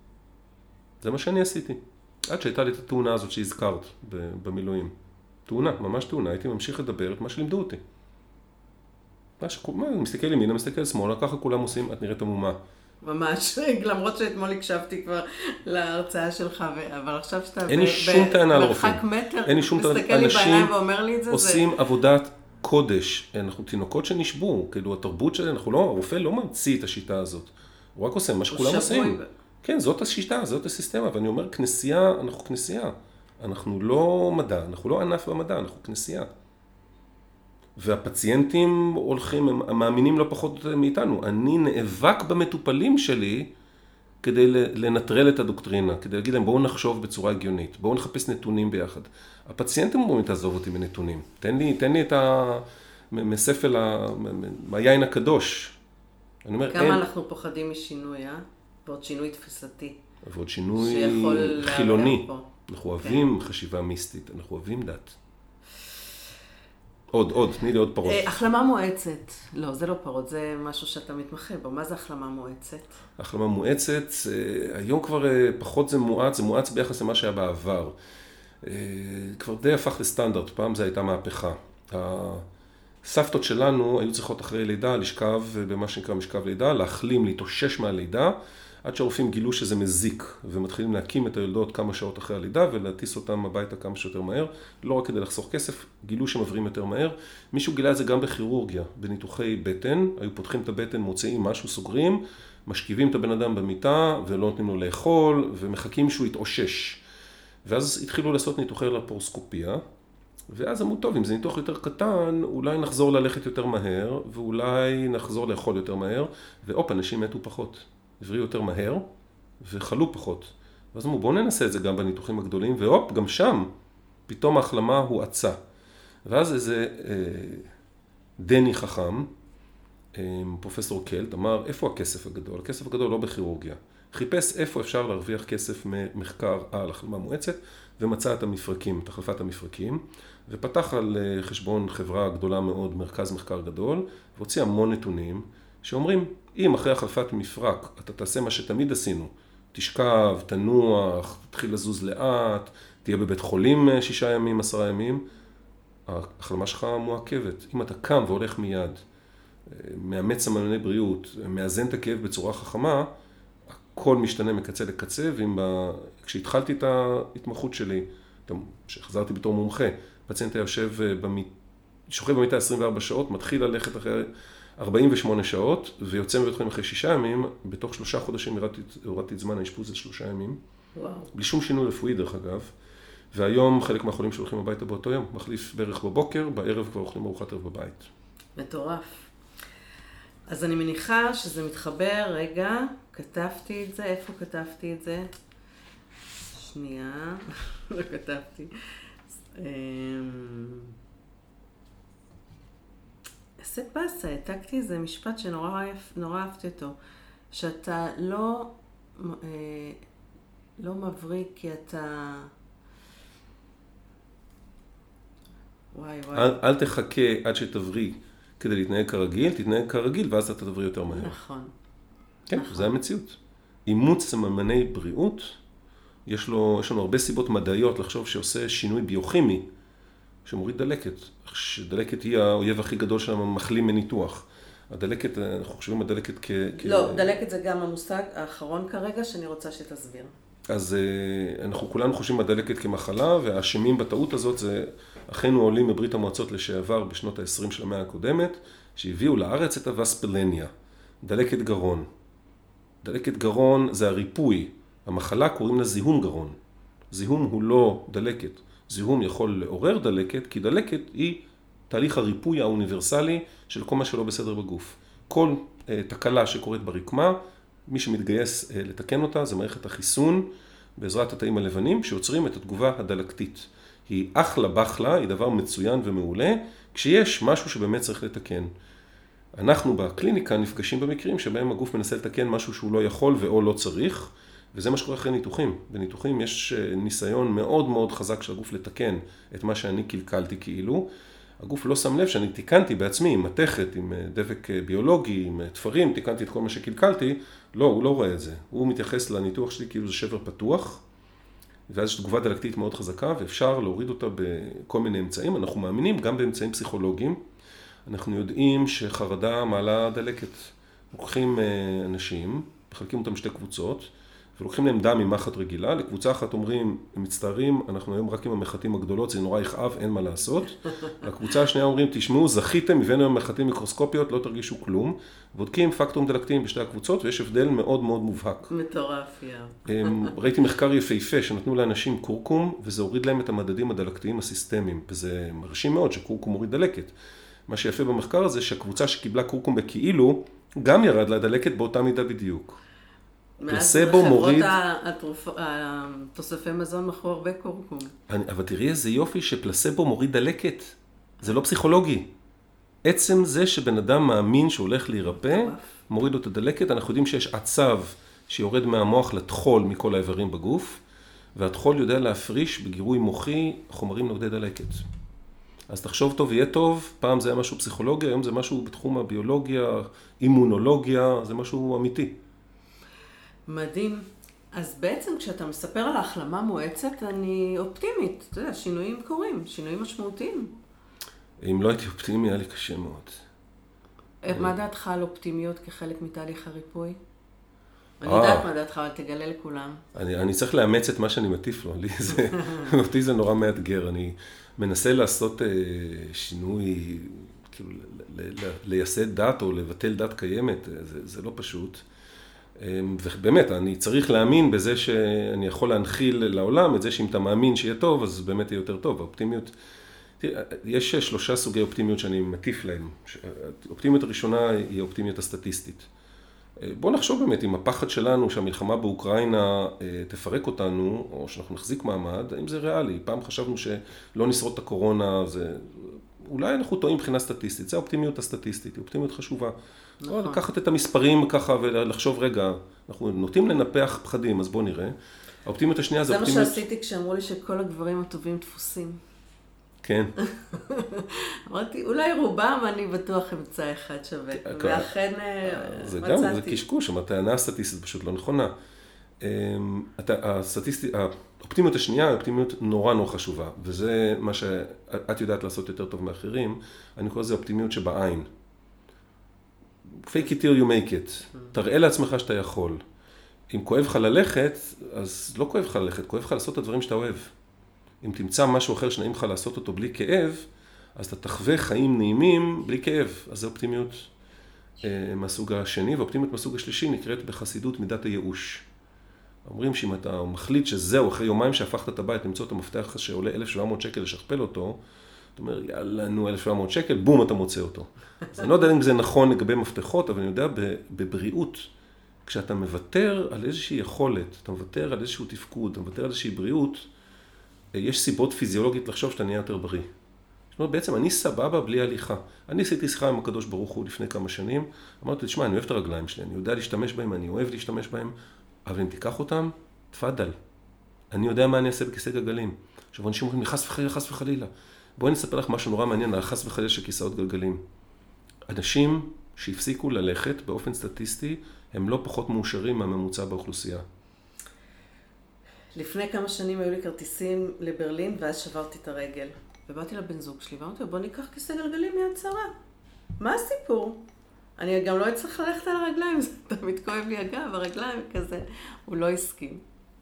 זה מה שאני עשיתי. עד שהייתה לי את התאונה הזאת שהזכרת במילואים. תאונה, ממש תאונה, הייתי ממשיך לדבר את מה שלימדו אותי. מה שכולם, אני מסתכל ימינה, מסתכל שמאלה, ככה כולם עושים, את נראית עמומה. ממש, למרות שאתמול הקשבתי כבר להרצאה שלך, אבל עכשיו שאתה אין לי שום טענה לרופאים. במרחק מטר, אין לי שום טענה. מסתכל לי בעיניים ואומר לי את זה. עושים עבודת קודש. אנחנו תינוקות שנשבו, כאילו התרבות שלנו, אנחנו לא, הרופא לא ממציא את השיטה הזאת. הוא רק עושה מה שכולם עושים. כן, זאת השיטה, זאת הסיסטמה, ואני אומר, כנסייה, אנחנו כנסייה. אנחנו לא מדע, אנחנו לא ענף במדע, אנחנו כנסייה. והפציינטים הולכים, הם מאמינים לא פחות מאיתנו. אני נאבק במטופלים שלי כדי לנטרל את הדוקטרינה, כדי להגיד להם בואו נחשוב בצורה הגיונית, בואו נחפש נתונים ביחד. הפציינטים אומרים, תעזוב אותי בנתונים. תן לי, תן לי את המספל, היין הקדוש. אני אומר, כמה אין... אנחנו פוחדים משינוי, אה? ועוד שינוי תפיסתי. ועוד שינוי חילוני. אנחנו אוהבים כן. חשיבה מיסטית, אנחנו אוהבים דת. עוד, עוד, תני לי עוד פרות. החלמה מואצת. לא, זה לא פרות, זה משהו שאתה מתמחה בו. מה זה החלמה מואצת? החלמה מואצת, היום כבר פחות זה מואץ, זה מואץ ביחס למה שהיה בעבר. כבר די הפך לסטנדרט, פעם זה הייתה מהפכה. הסבתות שלנו היו צריכות אחרי לידה לשכב במה שנקרא משכב לידה, להחלים, להתאושש מהלידה, עד שהרופאים גילו שזה מזיק, ומתחילים להקים את הילדות כמה שעות אחרי הלידה, ולהטיס אותם הביתה כמה שיותר מהר, לא רק כדי לחסוך כסף, גילו שמעברים יותר מהר. מישהו גילה את זה גם בכירורגיה, בניתוחי בטן, היו פותחים את הבטן, מוצאים משהו, סוגרים, משכיבים את הבן אדם במיטה, ולא נותנים לו לאכול, ומחכים שהוא יתאושש. ואז התחילו לעשות ניתוחי לפרוסקופיה, ואז אמרו, טוב, אם זה ניתוח יותר קטן, אולי נחזור ללכת יותר מהר, ואולי נחזור לאכול יותר מהר, ואופ, אנשים מתו פחות. הבריאו יותר מהר, וחלו פחות. ואז אמרו, בואו ננסה את זה גם בניתוחים הגדולים, והופ, גם שם, פתאום ההחלמה הואצה. ואז איזה אה, דני חכם, אה, פרופסור קלט, אמר, איפה הכסף הגדול? הכסף הגדול לא בכירורגיה. חיפש איפה אפשר להרוויח כסף ממחקר על החלמה מואצת, ומצא את המפרקים, את החלפת המפרקים, ופתח על חשבון חברה גדולה מאוד, מרכז מחקר גדול, והוציא המון נתונים, שאומרים, אם אחרי החלפת מפרק אתה תעשה מה שתמיד עשינו, תשכב, תנוח, תתחיל לזוז לאט, תהיה בבית חולים שישה ימים, עשרה ימים, ההחלמה שלך מועקבת. אם אתה קם והולך מיד, מאמץ סמני בריאות, מאזן את הכאב בצורה חכמה, הכל משתנה מקצה לקצה, ואם ב... כשהתחלתי את ההתמחות שלי, כשחזרתי בתור מומחה, פציינט היה יושב במית... שוכב במיטה עשרים וארבע שעות, מתחיל ללכת אחרי ארבעים ושמונה שעות, ויוצא מבית חולים אחרי שישה ימים, בתוך שלושה חודשים הורדתי את זמן האשפוז לשלושה ימים. וואו. בלי שום שינוי רפואי דרך אגב. והיום חלק מהחולים שהולכים הביתה באותו יום, מחליף בערך בבוקר, בערב כבר אוכלים ארוחת ערב בבית. מטורף. אז אני מניחה שזה מתחבר, רגע, כתבתי את זה, איפה כתבתי את זה? שנייה, לא כתבתי. איזה פסה, העתקתי איזה משפט שנורא אהבתי אותו, שאתה לא, לא מבריק כי אתה... וואי וואי. אל, אל תחכה עד שתבריא כדי להתנהג כרגיל, תתנהג כרגיל ואז אתה תבריא יותר מהר. נכון. כן, נכון. זה המציאות. אימוץ סממני בריאות, יש לו, יש לנו הרבה סיבות מדעיות לחשוב שעושה שינוי ביוכימי, שמוריד דלקת. שדלקת היא האויב הכי גדול של המחלים מניתוח. הדלקת, אנחנו חושבים על דלקת כ... לא, כ... דלקת זה גם המושג האחרון כרגע שאני רוצה שתסביר. אז אנחנו כולנו חושבים על דלקת כמחלה, והאשמים בטעות הזאת זה אחינו העולים מברית המועצות לשעבר בשנות ה-עשרים של המאה הקודמת, שהביאו לארץ את הווספלניה, דלקת גרון. דלקת גרון זה הריפוי. המחלה קוראים לה זיהום גרון. זיהום הוא לא דלקת. זיהום יכול לעורר דלקת, כי דלקת היא תהליך הריפוי האוניברסלי של כל מה שלא בסדר בגוף. כל uh, תקלה שקורית ברקמה, מי שמתגייס uh, לתקן אותה זה מערכת החיסון בעזרת התאים הלבנים שיוצרים את התגובה הדלקתית. היא אחלה בחלה, היא דבר מצוין ומעולה, כשיש משהו שבאמת צריך לתקן. אנחנו בקליניקה נפגשים במקרים שבהם הגוף מנסה לתקן משהו שהוא לא יכול ואו לא צריך, וזה מה שקורה אחרי ניתוחים. בניתוחים יש ניסיון מאוד מאוד חזק של הגוף לתקן את מה שאני קלקלתי כאילו. הגוף לא שם לב שאני תיקנתי בעצמי עם מתכת, עם דבק ביולוגי, עם תפרים, תיקנתי את כל מה שקלקלתי. לא, הוא לא רואה את זה. הוא מתייחס לניתוח שלי כאילו זה שבר פתוח, ואז יש תגובה דלקתית מאוד חזקה, ואפשר להוריד אותה בכל מיני אמצעים. אנחנו מאמינים גם באמצעים פסיכולוגיים. אנחנו יודעים שחרדה מעלה דלקת. לוקחים אנשים, מחלקים אותם שתי קבוצות, ולוקחים להם דם ממחט רגילה. לקבוצה אחת אומרים, הם מצטערים, אנחנו היום רק עם המחטים הגדולות, זה נורא יכאב, אין מה לעשות. לקבוצה השנייה אומרים, תשמעו, זכיתם, הבאנו עם מחטים מיקרוסקופיות, לא תרגישו כלום. בודקים פקטורים דלקתיים בשתי הקבוצות, ויש הבדל מאוד מאוד מובהק. מטורף, יא. ראיתי מחקר יפהפה שנתנו לאנשים קורקום, וזה הוריד להם את המדדים הדלקתיים הסיסטמיים, וזה מרשים מאוד שקורקום מוריד דלקת. מה שיפה במחקר הזה, שהקבוצה שקיבלה קורקום בכאילו, גם ירד לה דלקת באותה מידה בדיוק. פלסבו מוריד... חברות התוספי מזון מכרו הרבה קורקום. אבל תראי איזה יופי שפלסבו מוריד דלקת. זה לא פסיכולוגי. עצם זה שבן אדם מאמין שהולך להירפא, מוריד לו את הדלקת. אנחנו יודעים שיש עצב שיורד מהמוח לטחול מכל האיברים בגוף, והטחול יודע להפריש בגירוי מוחי חומרים נוגדי דלקת. אז תחשוב טוב, יהיה טוב. פעם זה היה משהו פסיכולוגיה, היום זה משהו בתחום הביולוגיה, אימונולוגיה, זה משהו אמיתי. מדהים. אז בעצם כשאתה מספר על ההחלמה מואצת, אני אופטימית. אתה יודע, שינויים קורים, שינויים משמעותיים. אם לא הייתי אופטימי, היה לי קשה מאוד. מה דעתך על אופטימיות כחלק מתהליך הריפוי? אני יודעת מה דעתך, אבל תגלה לכולם. אני, אני צריך לאמץ את מה שאני מטיף לו. לי זה, אותי זה נורא מאתגר. אני מנסה לעשות אה, שינוי, כאילו, ל, ל, ל, לייסד דת או לבטל דת קיימת. זה, זה לא פשוט. ובאמת, אני צריך להאמין בזה שאני יכול להנחיל לעולם את זה שאם אתה מאמין שיהיה טוב, אז באמת יהיה יותר טוב. האופטימיות, יש שלושה סוגי אופטימיות שאני מטיף להם. האופטימיות הראשונה היא האופטימיות הסטטיסטית. בוא נחשוב באמת, אם הפחד שלנו שהמלחמה באוקראינה תפרק אותנו, או שאנחנו נחזיק מעמד, האם זה ריאלי? פעם חשבנו שלא נשרוד את הקורונה, זה... אולי אנחנו טועים מבחינה סטטיסטית. זה האופטימיות הסטטיסטית, היא אופטימיות חשובה. נכון. לקחת את המספרים ככה ולחשוב, רגע, אנחנו נוטים לנפח פחדים, אז בואו נראה. האופטימיות השנייה זה זה אופטימיות... מה שעשיתי כשאמרו לי שכל הדברים הטובים דפוסים. כן. אמרתי, אולי רובם אני בטוח אמצא אחד שווה. ואכן מצאתי. זה גם, זה קשקוש, הטענה הסטטיסטית פשוט לא נכונה. האופטימיות השנייה היא אופטימיות נורא נורא חשובה, וזה מה שאת יודעת לעשות יותר טוב מאחרים, אני קורא לזה אופטימיות שבעין. fake it till you make it. תראה לעצמך שאתה יכול. אם כואב לך ללכת, אז לא כואב לך ללכת, כואב לך לעשות את הדברים שאתה אוהב. אם תמצא משהו אחר שנעים לך לעשות אותו בלי כאב, אז אתה תחווה חיים נעימים בלי כאב. אז זה אופטימיות אה, מהסוג השני, ואופטימיות מהסוג השלישי נקראת בחסידות מידת הייאוש. אומרים שאם אתה מחליט שזהו, אחרי יומיים שהפכת את הבית, למצוא את המפתח שעולה אלף שבע מאות שקל לשכפל אותו, אתה אומר, יאללה, נו, אלף שבע מאות שקל, בום, אתה מוצא אותו. אז אני לא יודע אם זה נכון לגבי מפתחות, אבל אני יודע בבריאות, כשאתה מוותר על איזושהי יכולת, אתה מוותר על איזשהו תפקוד, אתה מוותר על איזושהי בריאות, יש סיבות פיזיולוגית לחשוב שאתה נהיה יותר בריא. זאת אומרת, בעצם אני סבבה בלי הליכה. אני עשיתי שיחה עם הקדוש ברוך הוא לפני כמה שנים, אמרתי, תשמע, אני אוהב את הרגליים שלי, אני יודע להשתמש בהם, אני אוהב להשתמש בהם, אבל אם תיקח אותם, תפדל. אני יודע מה אני אעשה בכיסא גלגלים. עכשיו, אנשים אומרים לי, חס וחלילה, חס וחלילה. בואי נספר לך משהו נורא מעניין על חס וחלילה של כיסאות גלגלים. אנשים שהפסיקו ללכת באופן סטטיסטי, הם לא פחות מאושרים מהממוצע באוכלוסייה. לפני כמה שנים היו לי כרטיסים לברלין, ואז שברתי את הרגל. ובאתי לבן זוג שלי, ואמרתי לו, בוא ניקח כיסא גלגלים מיד שרה. מה הסיפור? אני גם לא אצטרך ללכת על הרגליים, זה תמיד כואב לי הגב, הרגליים כזה. הוא לא הסכים.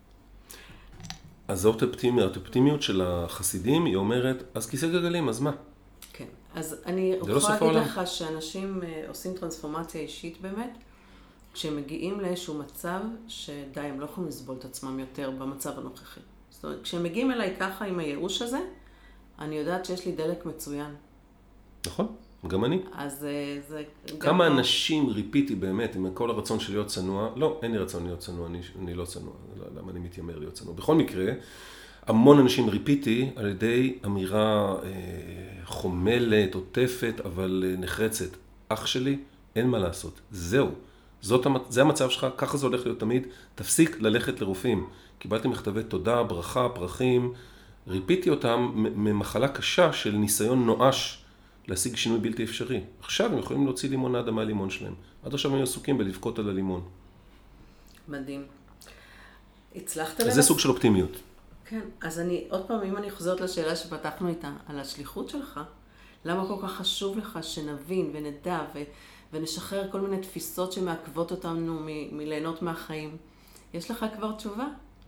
אז זאת האופטימיות, האופטימיות של החסידים, היא אומרת, אז כיסא גלגלים, אז מה? כן, אז אני רוצה להגיד לך שאנשים עושים טרנספורמציה אישית באמת, כשהם מגיעים לאיזשהו מצב שדי, הם לא יכולים לסבול את עצמם יותר במצב הנוכחי. זאת אומרת, כשהם מגיעים אליי ככה עם הייאוש הזה, אני יודעת שיש לי דלק מצוין. נכון, גם אני. אז זה... כמה אנשים ריפיתי באמת עם כל הרצון של להיות צנוע? לא, אין לי רצון להיות צנוע, אני, אני לא צנוע. למה אני מתיימר להיות צנוע? בכל מקרה, המון אנשים ריפיתי על ידי אמירה אה, חומלת, עוטפת, אבל אה, נחרצת. אח שלי, אין מה לעשות. זהו. זאת, זה המצב שלך, ככה זה הולך להיות תמיד. תפסיק ללכת לרופאים. קיבלתי מכתבי תודה, ברכה, פרחים. ריפיתי אותם ממחלה קשה של ניסיון נואש להשיג שינוי בלתי אפשרי. עכשיו הם יכולים להוציא לימונדה מהלימון שלהם. עד עכשיו הם עסוקים בלבכות על הלימון. מדהים. הצלחת לבס... זה סוג של אופטימיות. כן, אז אני, עוד פעם, אם אני חוזרת לשאלה שפתחנו איתה, על השליחות שלך, למה כל כך חשוב לך שנבין ונדע ו... ונשחרר כל מיני תפיסות שמעכבות אותנו מ... מליהנות מהחיים? יש לך כבר תשובה?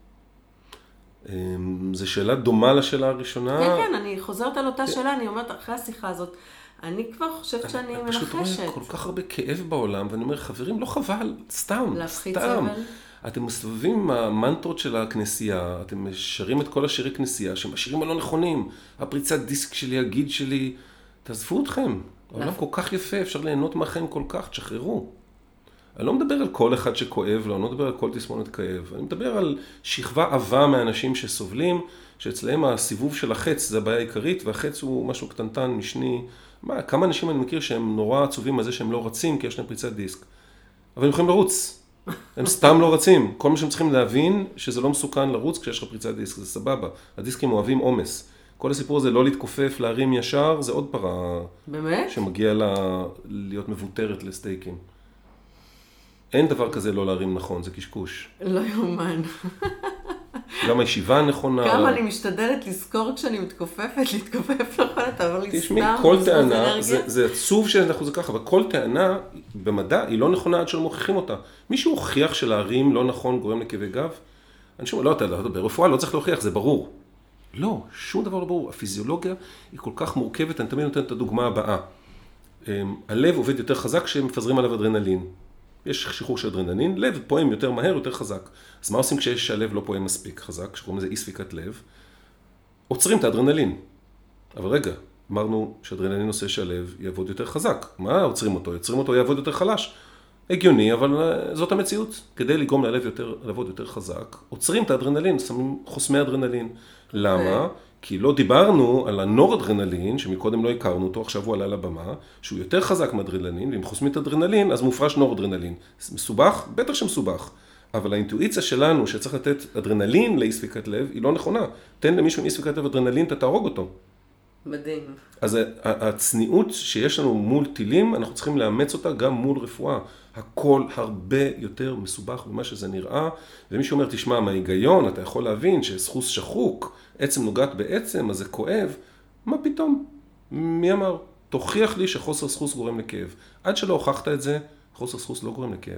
זו שאלה דומה לשאלה הראשונה. כן, כן, אני חוזרת על אותה שאלה, אני אומרת, אחרי השיחה הזאת, אני כבר חושבת שאני מנחשת. אני פשוט רואה כל כך הרבה כאב בעולם, ואני אומר, חברים, לא חבל, סתם, להפחית סתם. סבל. אתם מסתובבים עם המנטרות של הכנסייה, אתם שרים את כל השירי כנסייה, שהם השירים הלא נכונים, הפריצת דיסק שלי, הגיד שלי, תעזבו אתכם. העולם כל כך יפה, אפשר ליהנות מהחיים כל כך, תשחררו. אני לא מדבר על כל אחד שכואב לו, אני לא מדבר על כל תסמונת כאב. אני מדבר על שכבה עבה מהאנשים שסובלים, שאצלהם הסיבוב של החץ זה הבעיה העיקרית, והחץ הוא משהו קטנטן, משני. מה, כמה אנשים אני מכיר שהם נורא עצובים על זה שהם לא רצים, כי יש להם פריצת דיסק. אבל הם יכולים לרוץ. הם סתם לא רצים. כל מה שהם צריכים להבין, שזה לא מסוכן לרוץ כשיש לך פריצת דיסק, זה סבבה. הדיסקים אוהבים עומס. כל הסיפור הזה לא להתכופף, להרים ישר, זה עוד פרה. באמת? שמגיע לה להיות מבוטרת לסטייקים. אין דבר כזה לא להרים נכון, זה קשקוש. לא יאומן. גם הישיבה הנכונה. כמה אני משתדלת לזכור כשאני מתכופפת, להתכופף נכון, אתה אומר לי סתם. תשמעי, כל טענה, זה עצוב שאנחנו זה ככה, אבל כל טענה במדע היא לא נכונה עד שלא מוכיחים אותה. מישהו הוכיח שלהרים לא נכון גורם לכאבי גב? אני שומע, לא, אתה לא, ברפואה לא צריך להוכיח, זה ברור. לא, שום דבר לא ברור. הפיזיולוגיה היא כל כך מורכבת, אני תמיד נותן את הדוגמה הבאה. הלב עובד יותר חזק כשמפזרים עליו אדרנלין. יש שחרור של אדרנלין, לב פועם יותר מהר, יותר חזק. אז מה עושים כשיש שהלב לא פועם מספיק חזק, שקוראים לזה אי ספיקת לב? עוצרים את האדרנלין. אבל רגע, אמרנו שאדרנלין עושה שהלב יעבוד יותר חזק. מה עוצרים אותו? יוצרים אותו יעבוד יותר חלש. הגיוני, אבל זאת המציאות. כדי לגרום ללב יותר, לעבוד יותר חזק, עוצרים את האדרנלין, שמים חוסמי אדרנלין. למה? כי לא דיברנו על הנורדרנלין, שמקודם לא הכרנו אותו, עכשיו הוא עלה לבמה, שהוא יותר חזק מאדרנלין, ואם חוסמים את אדרנלין, אז מופרש נורדרנלין. מסובך? בטח שמסובך. אבל האינטואיציה שלנו, שצריך לתת אדרנלין לאי ספיקת לב, היא לא נכונה. תן למישהו עם אי ספיקת לב אדרנלין, אתה תהרוג אותו. מדהים. אז הצניעות שיש לנו מול טילים, אנחנו צריכים לאמץ אותה גם מול רפואה. הכל הרבה יותר מסובך ממה שזה נראה, ומישהו אומר, תשמע, מההיגיון, אתה יכול להבין שסחוס שחוק, עצם נוגעת בעצם, אז זה כואב. מה פתאום? מי אמר? תוכיח לי שחוסר סחוס גורם לכאב. עד שלא הוכחת את זה, חוסר סחוס לא גורם לכאב.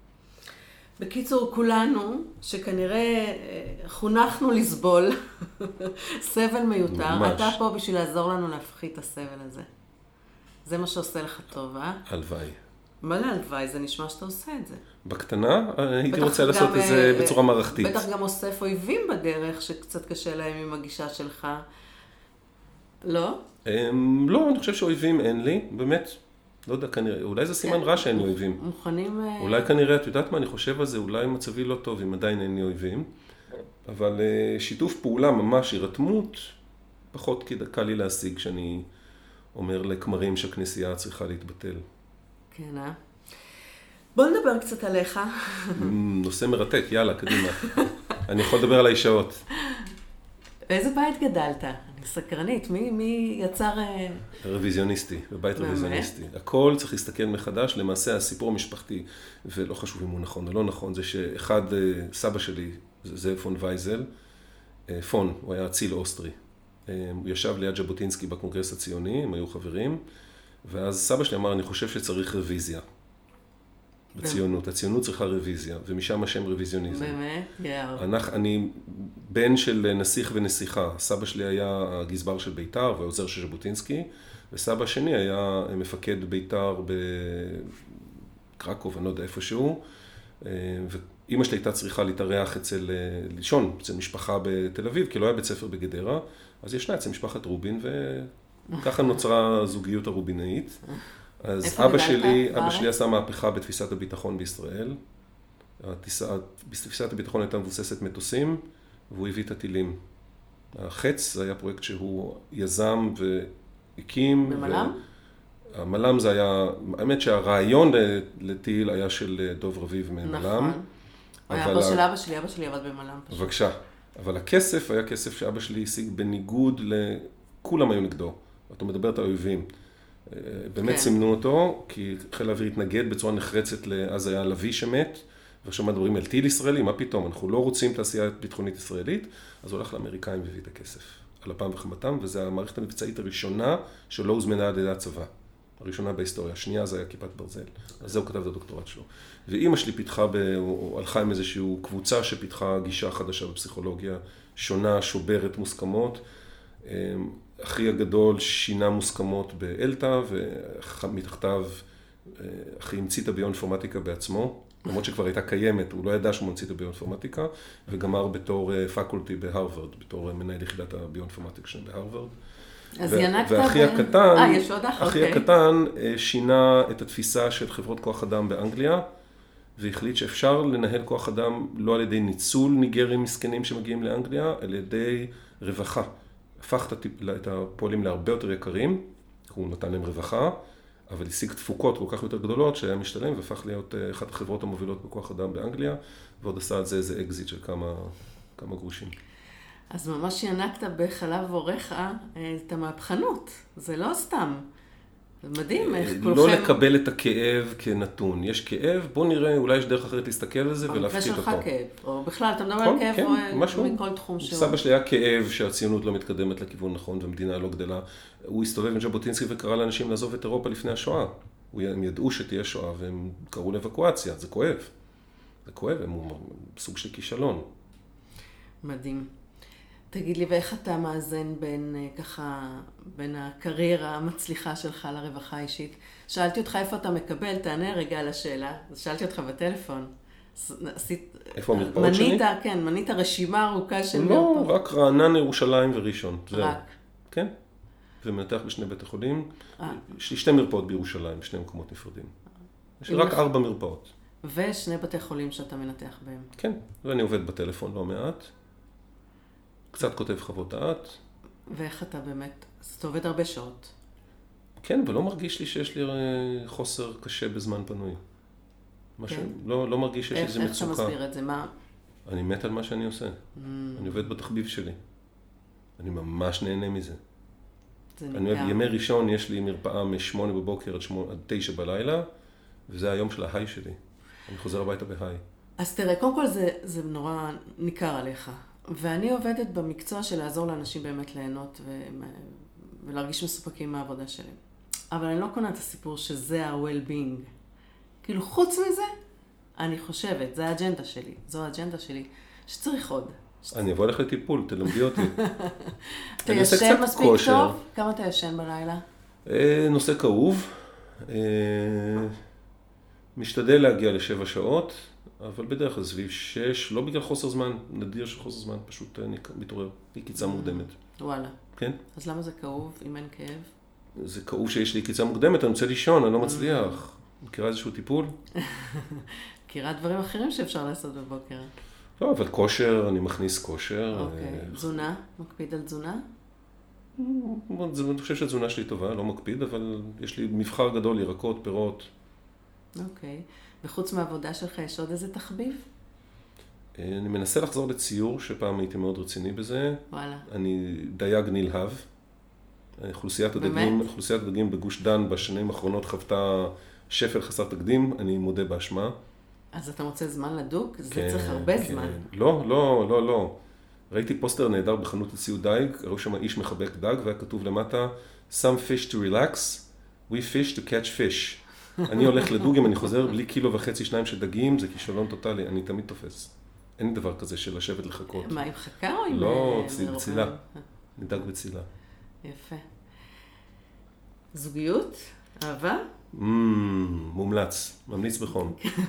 בקיצור, כולנו, שכנראה חונכנו לסבול, סבל מיותר, ממש. אתה פה בשביל לעזור לנו להפחית את הסבל הזה. זה מה שעושה לך טוב, אה? הלוואי. מה להלוואי? זה נשמע שאתה עושה את זה. בקטנה, הייתי רוצה לעשות את זה בצורה מערכתית. בטח גם אוסף אויבים בדרך, שקצת קשה להם עם הגישה שלך. לא? לא, אני חושב שאויבים אין לי, באמת. לא יודע, כנראה, אולי זה סימן רע שאין לי אויבים. מוכנים... אולי כנראה, את יודעת מה, אני חושב על זה, אולי מצבי לא טוב אם עדיין אין לי אויבים. אבל שיתוף פעולה ממש, הירתמות, פחות קל לי להשיג כשאני אומר לכמרים שהכנסייה צריכה להתבטל. כן, אה? בוא נדבר קצת עליך. נושא מרתק, יאללה, קדימה. אני יכול לדבר על האישאות. באיזה בית גדלת? אני סקרנית. מי, מי יצר... רוויזיוניסטי, בבית רוויזיוניסטי. הכל צריך להסתכל מחדש. למעשה, הסיפור המשפחתי, ולא חשוב אם הוא נכון או לא נכון, זה שאחד, סבא שלי, זה פון וייזל, פון, הוא היה אציל אוסטרי. הוא ישב ליד ז'בוטינסקי בקונגרס הציוני, הם היו חברים, ואז סבא שלי אמר, אני חושב שצריך רוויזיה. בציונות. הציונות צריכה רוויזיה, ומשם השם רוויזיוניזם. באמת? יאו. אני בן של נסיך ונסיכה. סבא שלי היה הגזבר של ביתר והעוזר של ז'בוטינסקי, וסבא שני היה מפקד ביתר בקרקוב, אני לא יודע איפשהו, ואמא שלי הייתה צריכה להתארח אצל, לישון, אצל משפחה בתל אביב, כי לא היה בית ספר בגדרה, אז ישנה אצל משפחת רובין, וככה נוצרה הזוגיות הרובינאית. אז אבא שלי, אבא שלי עשה מהפכה בתפיסת הביטחון בישראל. תפיסת הביטחון הייתה מבוססת מטוסים, והוא הביא את הטילים. החץ, זה היה פרויקט שהוא יזם והקים. במלם? המלם זה היה, האמת שהרעיון לטיל היה של דוב רביב ממלם. נכון. היה אבא של אבא שלי, אבא שלי עבד במלם פשוט. בבקשה. אבל הכסף היה כסף שאבא שלי השיג בניגוד לכולם היו נגדו. אתה מדברת על אויבים. באמת סימנו אותו, כי חיל האוויר התנגד בצורה נחרצת, אז היה לוי שמת, ועכשיו מדברים על טיל ישראלי, מה פתאום? אנחנו לא רוצים תעשייה ביטחונית ישראלית, אז הוא הולך לאמריקאים והביא את הכסף, על אפם וחמתם, וזו המערכת המבצעית הראשונה שלא הוזמנה על ידי הצבא. הראשונה בהיסטוריה, השנייה זה היה כיפת ברזל, אז זה הוא כתב את הדוקטורט שלו. ואימא שלי פיתחה, או הלכה עם איזושהי קבוצה שפיתחה גישה חדשה בפסיכולוגיה, שונה, שוברת, מוסכמות. אחי הגדול שינה מוסכמות באלטה, ומתחתיו אחי המציא את הביואינפורמטיקה בעצמו, למרות שכבר הייתה קיימת, הוא לא ידע שהוא ממציא את הביואינפורמטיקה, וגמר בתור פקולטי בהרווארד, בתור מנהל יחידת הביואינפורמטיקה שלנו בהרווארד. אז ינקת... ואחי הקטן, אה, יש עוד אח, אחי אוקיי. הקטן שינה את התפיסה של חברות כוח אדם באנגליה, והחליט שאפשר לנהל כוח אדם לא על ידי ניצול ניגרים מסכנים שמגיעים לאנגליה, על ידי רווחה. הפך את הפועלים להרבה יותר יקרים, הוא נתן להם רווחה, אבל השיג תפוקות כל כך יותר גדולות שהיה משתלם, והפך להיות אחת החברות המובילות בכוח אדם באנגליה, ועוד עשה את זה איזה אקזיט של כמה, כמה גרושים. אז ממש ינקת בחלב הוריך את המהפכנות, זה לא סתם. זה מדהים איך כולכם... לא לקבל את הכאב כנתון. יש כאב, בוא נראה, אולי יש דרך אחרת להסתכל על זה ולהפחית אותו. יש לך כאב, או בכלל, אתה מדבר על כאב מכל תחום שהוא. סבא שלי היה כאב שהציונות לא מתקדמת לכיוון נכון והמדינה לא גדלה. הוא הסתובב עם ז'בוטינסקי וקרא לאנשים לעזוב את אירופה לפני השואה. הם ידעו שתהיה שואה והם קראו לאבקואציה, זה כואב. זה כואב, הם סוג של כישלון. מדהים. תגיד לי, ואיך אתה מאזן בין, ככה, בין הקריירה המצליחה שלך לרווחה האישית? שאלתי אותך איפה אתה מקבל, תענה רגע על השאלה. אז שאלתי אותך בטלפון. עשית... איפה המרפאות שלי? מנית, כן, מנית רשימה ארוכה של לא, מרפאות. לא, רק רענן, ירושלים וראשון. רק? כן. ומנתח בשני בתי חולים. יש לי שתי מרפאות בירושלים, שני מקומות נפרדים. יש לי רק ארבע מרפאות. ושני בתי חולים שאתה מנתח בהם. כן, ואני עובד בטלפון לא מעט. קצת כותב חוות דעת. ואיך אתה באמת, אז אתה עובד הרבה שעות. כן, אבל לא מרגיש לי שיש לי חוסר קשה בזמן פנוי. כן? לא, לא מרגיש שיש איזו מצוקה. איך אתה מסביר את זה? מה? אני מת על מה שאני עושה. Mm. אני עובד בתחביב שלי. אני ממש נהנה מזה. זה אני אוהב, ימי ראשון יש לי מרפאה משמונה בבוקר עד, שמונה, עד תשע בלילה, וזה היום של ההיי שלי. אני חוזר הביתה בהיי. אז תראה, קודם כל זה, זה נורא ניכר עליך. ואני עובדת במקצוע של לעזור לאנשים באמת ליהנות ו... ולהרגיש מסופקים מהעבודה שלהם. אבל אני לא קונה את הסיפור שזה ה-well-being. כאילו, חוץ מזה, אני חושבת, זה האג'נדה שלי, זו האג'נדה שלי, שצריך עוד. אני אבוא לך לטיפול, תלמדי אותי. אתה ישן מספיק טוב? כמה אתה ישן בלילה? נושא כאוב. משתדל להגיע לשבע שעות. אבל בדרך כלל סביב שש, לא בגלל חוסר זמן, נדיר של חוסר זמן, פשוט מתעורר, היא קיצה מוקדמת. וואלה. כן. אז למה זה כאוב, אם אין כאב? זה כאוב שיש לי קיצה מוקדמת, אני רוצה לישון, אני לא מצליח. מכירה איזשהו טיפול? מכירה דברים אחרים שאפשר לעשות בבוקר. לא, אבל כושר, אני מכניס כושר. אוקיי. תזונה? מקפיד על תזונה? אני חושב שהתזונה שלי טובה, לא מקפיד, אבל יש לי מבחר גדול, ירקות, פירות. אוקיי. וחוץ מהעבודה שלך, יש עוד איזה תחביב? אני מנסה לחזור לציור, שפעם הייתי מאוד רציני בזה. וואלה. אני דייג נלהב. אוכלוסיית הדגים, אוכלוסיית הדגים בגוש דן בשנים האחרונות חוותה שפל חסר תקדים, אני מודה באשמה. אז אתה מוצא זמן לדוג? זה כן, צריך הרבה כן. זמן. לא, לא, לא, לא. ראיתי פוסטר נהדר בחנות לציוד דייג, ראו שם איש מחבק דג, והיה כתוב למטה, Some fish to relax, we fish to catch fish. אני הולך לדוג, אם אני חוזר בלי קילו וחצי, שניים של דגים, זה כישלון טוטלי, אני תמיד תופס. אין דבר כזה של לשבת לחכות. מה, עם חכה או עם... לא, בצילה. נדאג בצילה. יפה. זוגיות? אהבה? מומלץ, ממליץ בחום.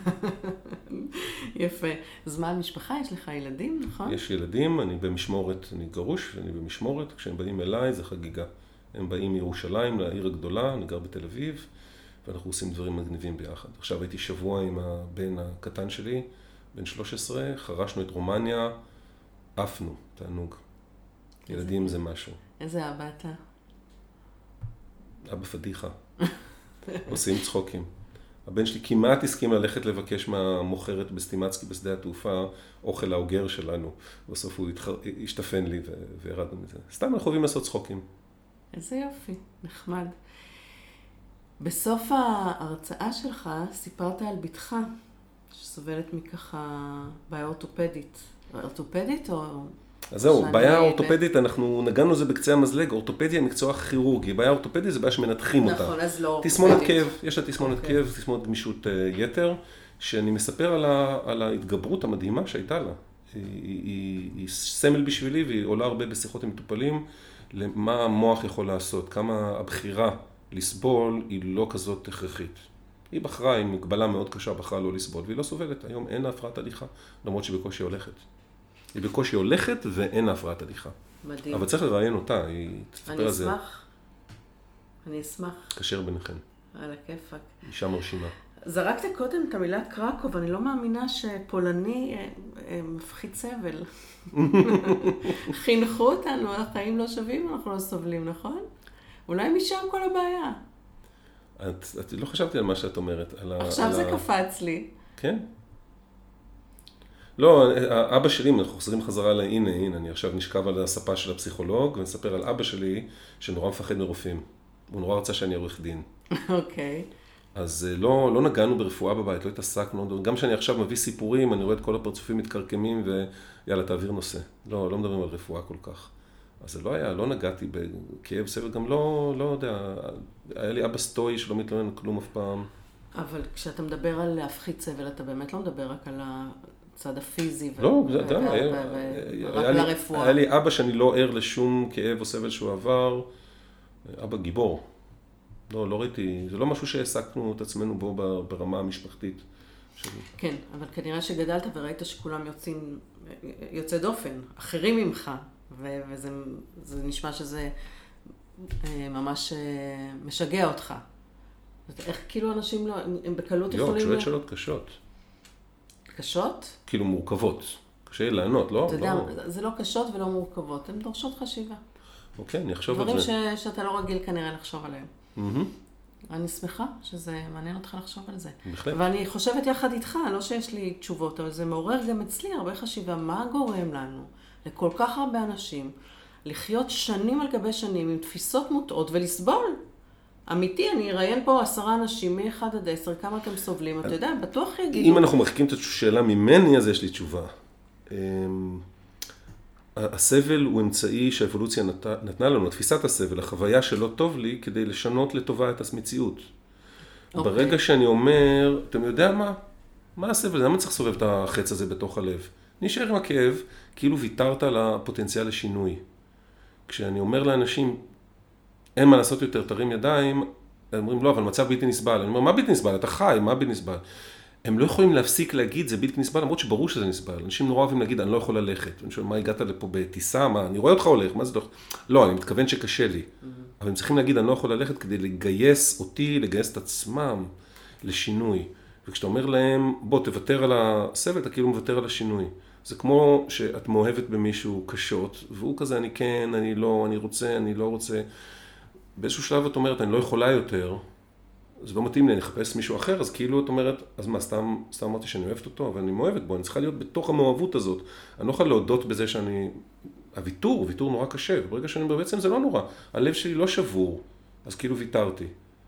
יפה. זמן משפחה, יש לך ילדים, נכון? יש ילדים, אני במשמורת, אני גרוש, אני במשמורת, כשהם באים אליי זה חגיגה. הם באים מירושלים לעיר הגדולה, אני גר בתל אביב, ואנחנו עושים דברים מגניבים ביחד. עכשיו הייתי שבוע עם הבן הקטן שלי, בן שלוש עשרה, חרשנו את רומניה, עפנו, תענוג. ילדים זה משהו. איזה אבא אתה? אבא פדיחה. עושים צחוקים. הבן שלי כמעט הסכים ללכת לבקש מהמוכרת בסטימצקי בשדה התעופה, אוכל האוגר שלנו. בסוף הוא השתפן לי והרדנו מזה. סתם אנחנו אוהבים לעשות צחוקים. איזה יופי, נחמד. בסוף ההרצאה שלך סיפרת על בתך, שסובלת מככה בעיה אורתופדית. אורתופדית או... אז זהו, בעיה אורתופדית, אנחנו נגענו זה בקצה המזלג, אורתופדיה היא מקצוע כירורגי, בעיה אורתופדית זה בעיה שמנתחים אותה. נכון, אז לא אורתופדית. תסמונת כאב, יש לה תסמונת כאב, תסמונת גמישות יתר, שאני מספר על ההתגברות המדהימה שהייתה לה. היא סמל בשבילי והיא עולה הרבה בשיחות עם מטופלים, למה המוח יכול לעשות, כמה הבחירה לסבול היא לא כזאת הכרחית. היא בחרה עם מגבלה מאוד קשה, בחרה לא לסבול, והיא לא סובלת. היום אין לה הפרעת הליכה, למרות שבקושי הולכת. היא בקושי הולכת ואין לה הפרעת הליכה. מדהים. אבל צריך לראיין אותה, היא תספר על זה. אני אשמח. אני אשמח. קשר ביניכם. על הכיפק. אישה מרשימה. זרקת קודם את המילת קרקוב, אני לא מאמינה שפולני מפחית סבל. חינכו אותנו, החיים לא שווים, אנחנו לא סובלים, נכון? אולי משם כל הבעיה. את, את לא חשבתי על מה שאת אומרת. על עכשיו על זה ה... קפץ לי. כן? לא, אבא שלי, אנחנו חוזרים חזרה ל... הנה, הנה, אני עכשיו נשכב על הספה של הפסיכולוג, ונספר על אבא שלי, שנורא מפחד מרופאים. הוא נורא רצה שאני עורך דין. אוקיי. אז לא, לא נגענו ברפואה בבית, לא התעסקנו. גם כשאני עכשיו מביא סיפורים, אני רואה את כל הפרצופים מתקרקמים, ויאללה, תעביר נושא. לא, לא מדברים על רפואה כל כך. אז זה לא היה, לא נגעתי בכאב סבל, גם לא, לא יודע, היה לי אבא סטוי שלא מתלונן כלום אף פעם. אבל כשאתה מדבר על להפחית סבל, אתה באמת לא מדבר רק על הצד הפיזי, לא, זה גם, רק על הרפואה. היה לי אבא שאני לא ער לשום כאב או סבל שהוא עבר, אבא גיבור. לא, לא ראיתי, זה לא משהו שהעסקנו את עצמנו בו ברמה המשפחתית. כן, אבל כנראה שגדלת וראית שכולם יוצאים, יוצא דופן, אחרים ממך, וזה זה נשמע שזה ממש משגע אותך. איך כאילו אנשים לא, הם בקלות יכולים... לא, את שואלת שאלות קשות. קשות? כאילו מורכבות. קשה לענות, לא? אתה יודע, זה לא קשות ולא מורכבות, הן דורשות חשיבה. אוקיי, אני אחשוב על זה. דברים שאתה לא רגיל כנראה לחשוב עליהם. אני שמחה שזה מעניין אותך לחשוב על זה. בהחלט. ואני חושבת יחד איתך, לא שיש לי תשובות, אבל זה מעורר גם אצלי הרבה חשיבה, מה גורם לנו, לכל כך הרבה אנשים, לחיות שנים על גבי שנים עם תפיסות מוטעות ולסבול. אמיתי, אני אראיין פה עשרה אנשים, מ-אחד עד עשר, כמה אתם סובלים, אתה יודע, בטוח יגידו. אם אנחנו מחכים את השאלה ממני, אז יש לי תשובה. הסבל הוא אמצעי שהאבולוציה נתנה לנו, תפיסת הסבל, החוויה שלא טוב לי, כדי לשנות לטובה את המציאות. Okay. ברגע שאני אומר, אתם יודע מה? מה הסבל? למה צריך לסובב את החץ הזה בתוך הלב? נשאר עם הכאב, כאילו ויתרת על הפוטנציאל לשינוי. כשאני אומר לאנשים, אין מה לעשות יותר, תרים ידיים, הם אומרים, לא, אבל מצב בלתי נסבל. אני אומר, מה בלתי נסבל? אתה חי, מה בלתי נסבל? הם לא יכולים להפסיק להגיד, זה בלתי נסבל, למרות שברור שזה נסבל. אנשים נורא אוהבים להגיד, אני לא יכול ללכת. אני שואל, מה הגעת לפה בטיסה? מה, אני רואה אותך הולך, מה זה לא? לא, אני מתכוון שקשה לי. אבל הם צריכים להגיד, אני לא יכול ללכת כדי לגייס אותי, לגייס את עצמם לשינוי. וכשאתה אומר להם, בוא, תוותר על הסבל, אתה כאילו מוותר על השינוי. זה כמו שאת מאוהבת במישהו קשות, והוא כזה, אני כן, אני לא, אני רוצה, אני לא רוצה. באיזשהו שלב את אומרת, אני לא יכולה יותר, זה לא מתאים לי, אני אחפש מישהו אחר, אז כאילו את אומרת, אז מה, סתם, סתם אמרתי שאני אוהבת אותו, אבל אני מאוהבת בו, אני צריכה להיות בתוך המאוהבות הזאת. אני לא יכולה להודות בזה שאני, הוויתור, הוא ויתור נורא קשה, וברגע שאני אומר, בעצם זה לא נורא, הלב שלי לא שבור, אז כאילו ויתרתי.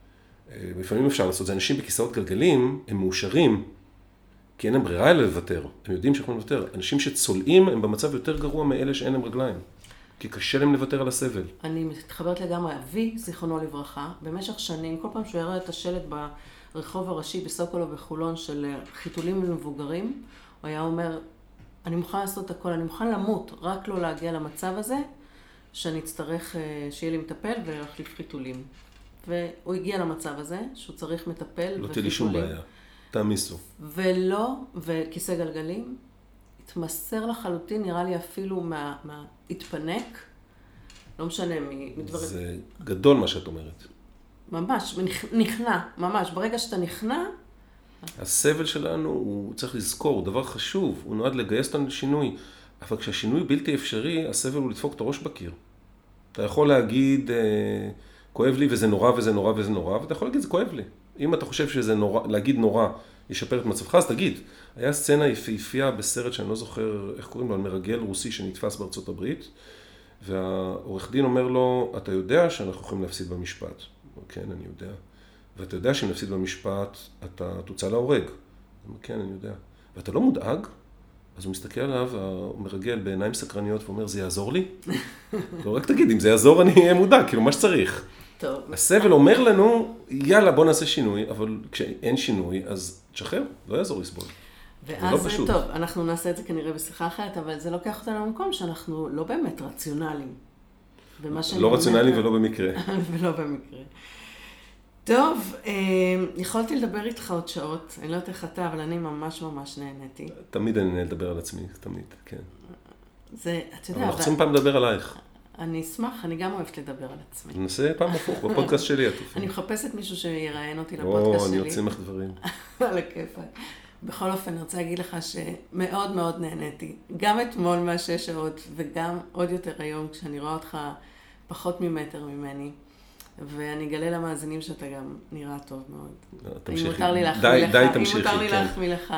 לפעמים אפשר לעשות זה, אנשים בכיסאות גלגלים, הם מאושרים, כי אין להם ברירה אלא לוותר, הם יודעים שיכולים לוותר. אנשים שצולעים הם במצב יותר גרוע מאלה שאין להם רגליים, כי קשה להם לוותר על הסבל. אני מתחברת לגמרי, אבי, זיכרונו לברכה, במשך שנים, כל פעם שהוא הראה את השלט ברחוב הראשי בסוקולוב בחולון של חיתולים למבוגרים, הוא היה אומר, אני מוכן לעשות הכל, אני מוכן למות, רק לא להגיע למצב הזה, שאני אצטרך שיהיה לי מטפל ולהחליף חיתולים. והוא הגיע למצב הזה, שהוא צריך מטפל וחיתולים. לא תהיה לי שום בעיה, תעמיסו. ולא, וכיסא גלגלים, התמסר לחלוטין, נראה לי אפילו מה, מה התפנק, לא משנה, מדברים. זה גדול מה שאת אומרת. ממש, נכנע, ממש. ברגע שאתה נכנע... הסבל שלנו, הוא צריך לזכור, הוא דבר חשוב, הוא נועד לגייס אותנו לשינוי. אבל כשהשינוי בלתי אפשרי, הסבל הוא לדפוק את הראש בקיר. אתה יכול להגיד, אה, כואב לי וזה נורא וזה נורא וזה נורא, ואתה יכול להגיד, זה כואב לי. אם אתה חושב שזה נורא, להגיד נורא, ישפר את מצבך, אז תגיד. היה סצנה יפהפייה בסרט שאני לא זוכר איך קוראים לו, על מרגל רוסי שנתפס בארצות הברית, והעורך דין אומר לו, אתה יודע שאנחנו יכולים להפסיד במשפט. כן, אני יודע. ואתה יודע שאם נפסיד במשפט, אתה תוצא להורג. כן, אני יודע. ואתה לא מודאג? אז הוא מסתכל עליו, הוא מרגל בעיניים סקרניות, ואומר, זה יעזור לי? לא, רק תגיד, אם זה יעזור, אני אהיה מודאג, כאילו, מה שצריך. טוב. הסבל אומר לנו, יאללה, בוא נעשה שינוי, אבל כשאין שינוי, אז תשחרר, לא יעזור לסבול. ואז זה טוב, אנחנו נעשה את זה כנראה בשיחה אחרת, אבל זה לוקח אותנו למקום שאנחנו לא באמת רציונליים. לא רציונליים ולא במקרה. ולא במקרה. טוב, יכולתי לדבר איתך עוד שעות, אני לא יודעת איך אתה, אבל אני ממש ממש נהניתי. תמיד אני נהנה לדבר על עצמי, תמיד, כן. זה, אתה יודע... אבל אנחנו צריכים פעם לדבר עלייך. אני אשמח, אני גם אוהבת לדבר על עצמי. ננסה פעם הפוך, בפודקאסט שלי. אני מחפשת מישהו שיראיין אותי לפודקאסט שלי. או, אני יוצא לך דברים. על הכיפה. בכל אופן, אני רוצה להגיד לך שמאוד מאוד נהניתי. גם אתמול מהשש שעות, וגם עוד יותר היום, כשאני רואה אותך פחות ממטר ממני. ואני אגלה למאזינים שאתה גם נראה טוב מאוד. תמשיכי. אם מותר לי להחמיא די, לך. די תמשיכי, אם מותר לי כן. להחמיא לך.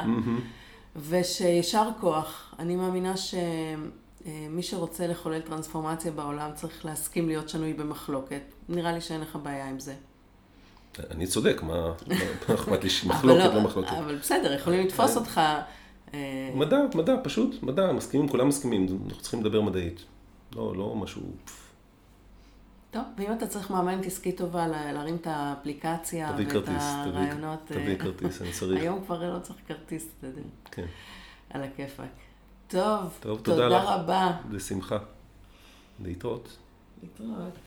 ושישר כוח. אני מאמינה שמי שרוצה לחולל טרנספורמציה בעולם צריך להסכים להיות שנוי במחלוקת. נראה לי שאין לך בעיה עם זה. אני צודק, מה אכפת לי מחלוקת, לא מחלוקת. אבל בסדר, יכולים לתפוס אותך. מדע, מדע, פשוט, מדע, מסכימים, כולם מסכימים, אנחנו צריכים לדבר מדעית. לא, לא משהו... טוב, ואם אתה צריך מאמן עסקי טובה, להרים את האפליקציה ואת הרעיונות... תביא כרטיס, אני צריך. היום כבר לא צריך כרטיס, אתה יודע. כן. על הכיפק. טוב, טוב, תודה רבה. בשמחה. להתראות. להתראות.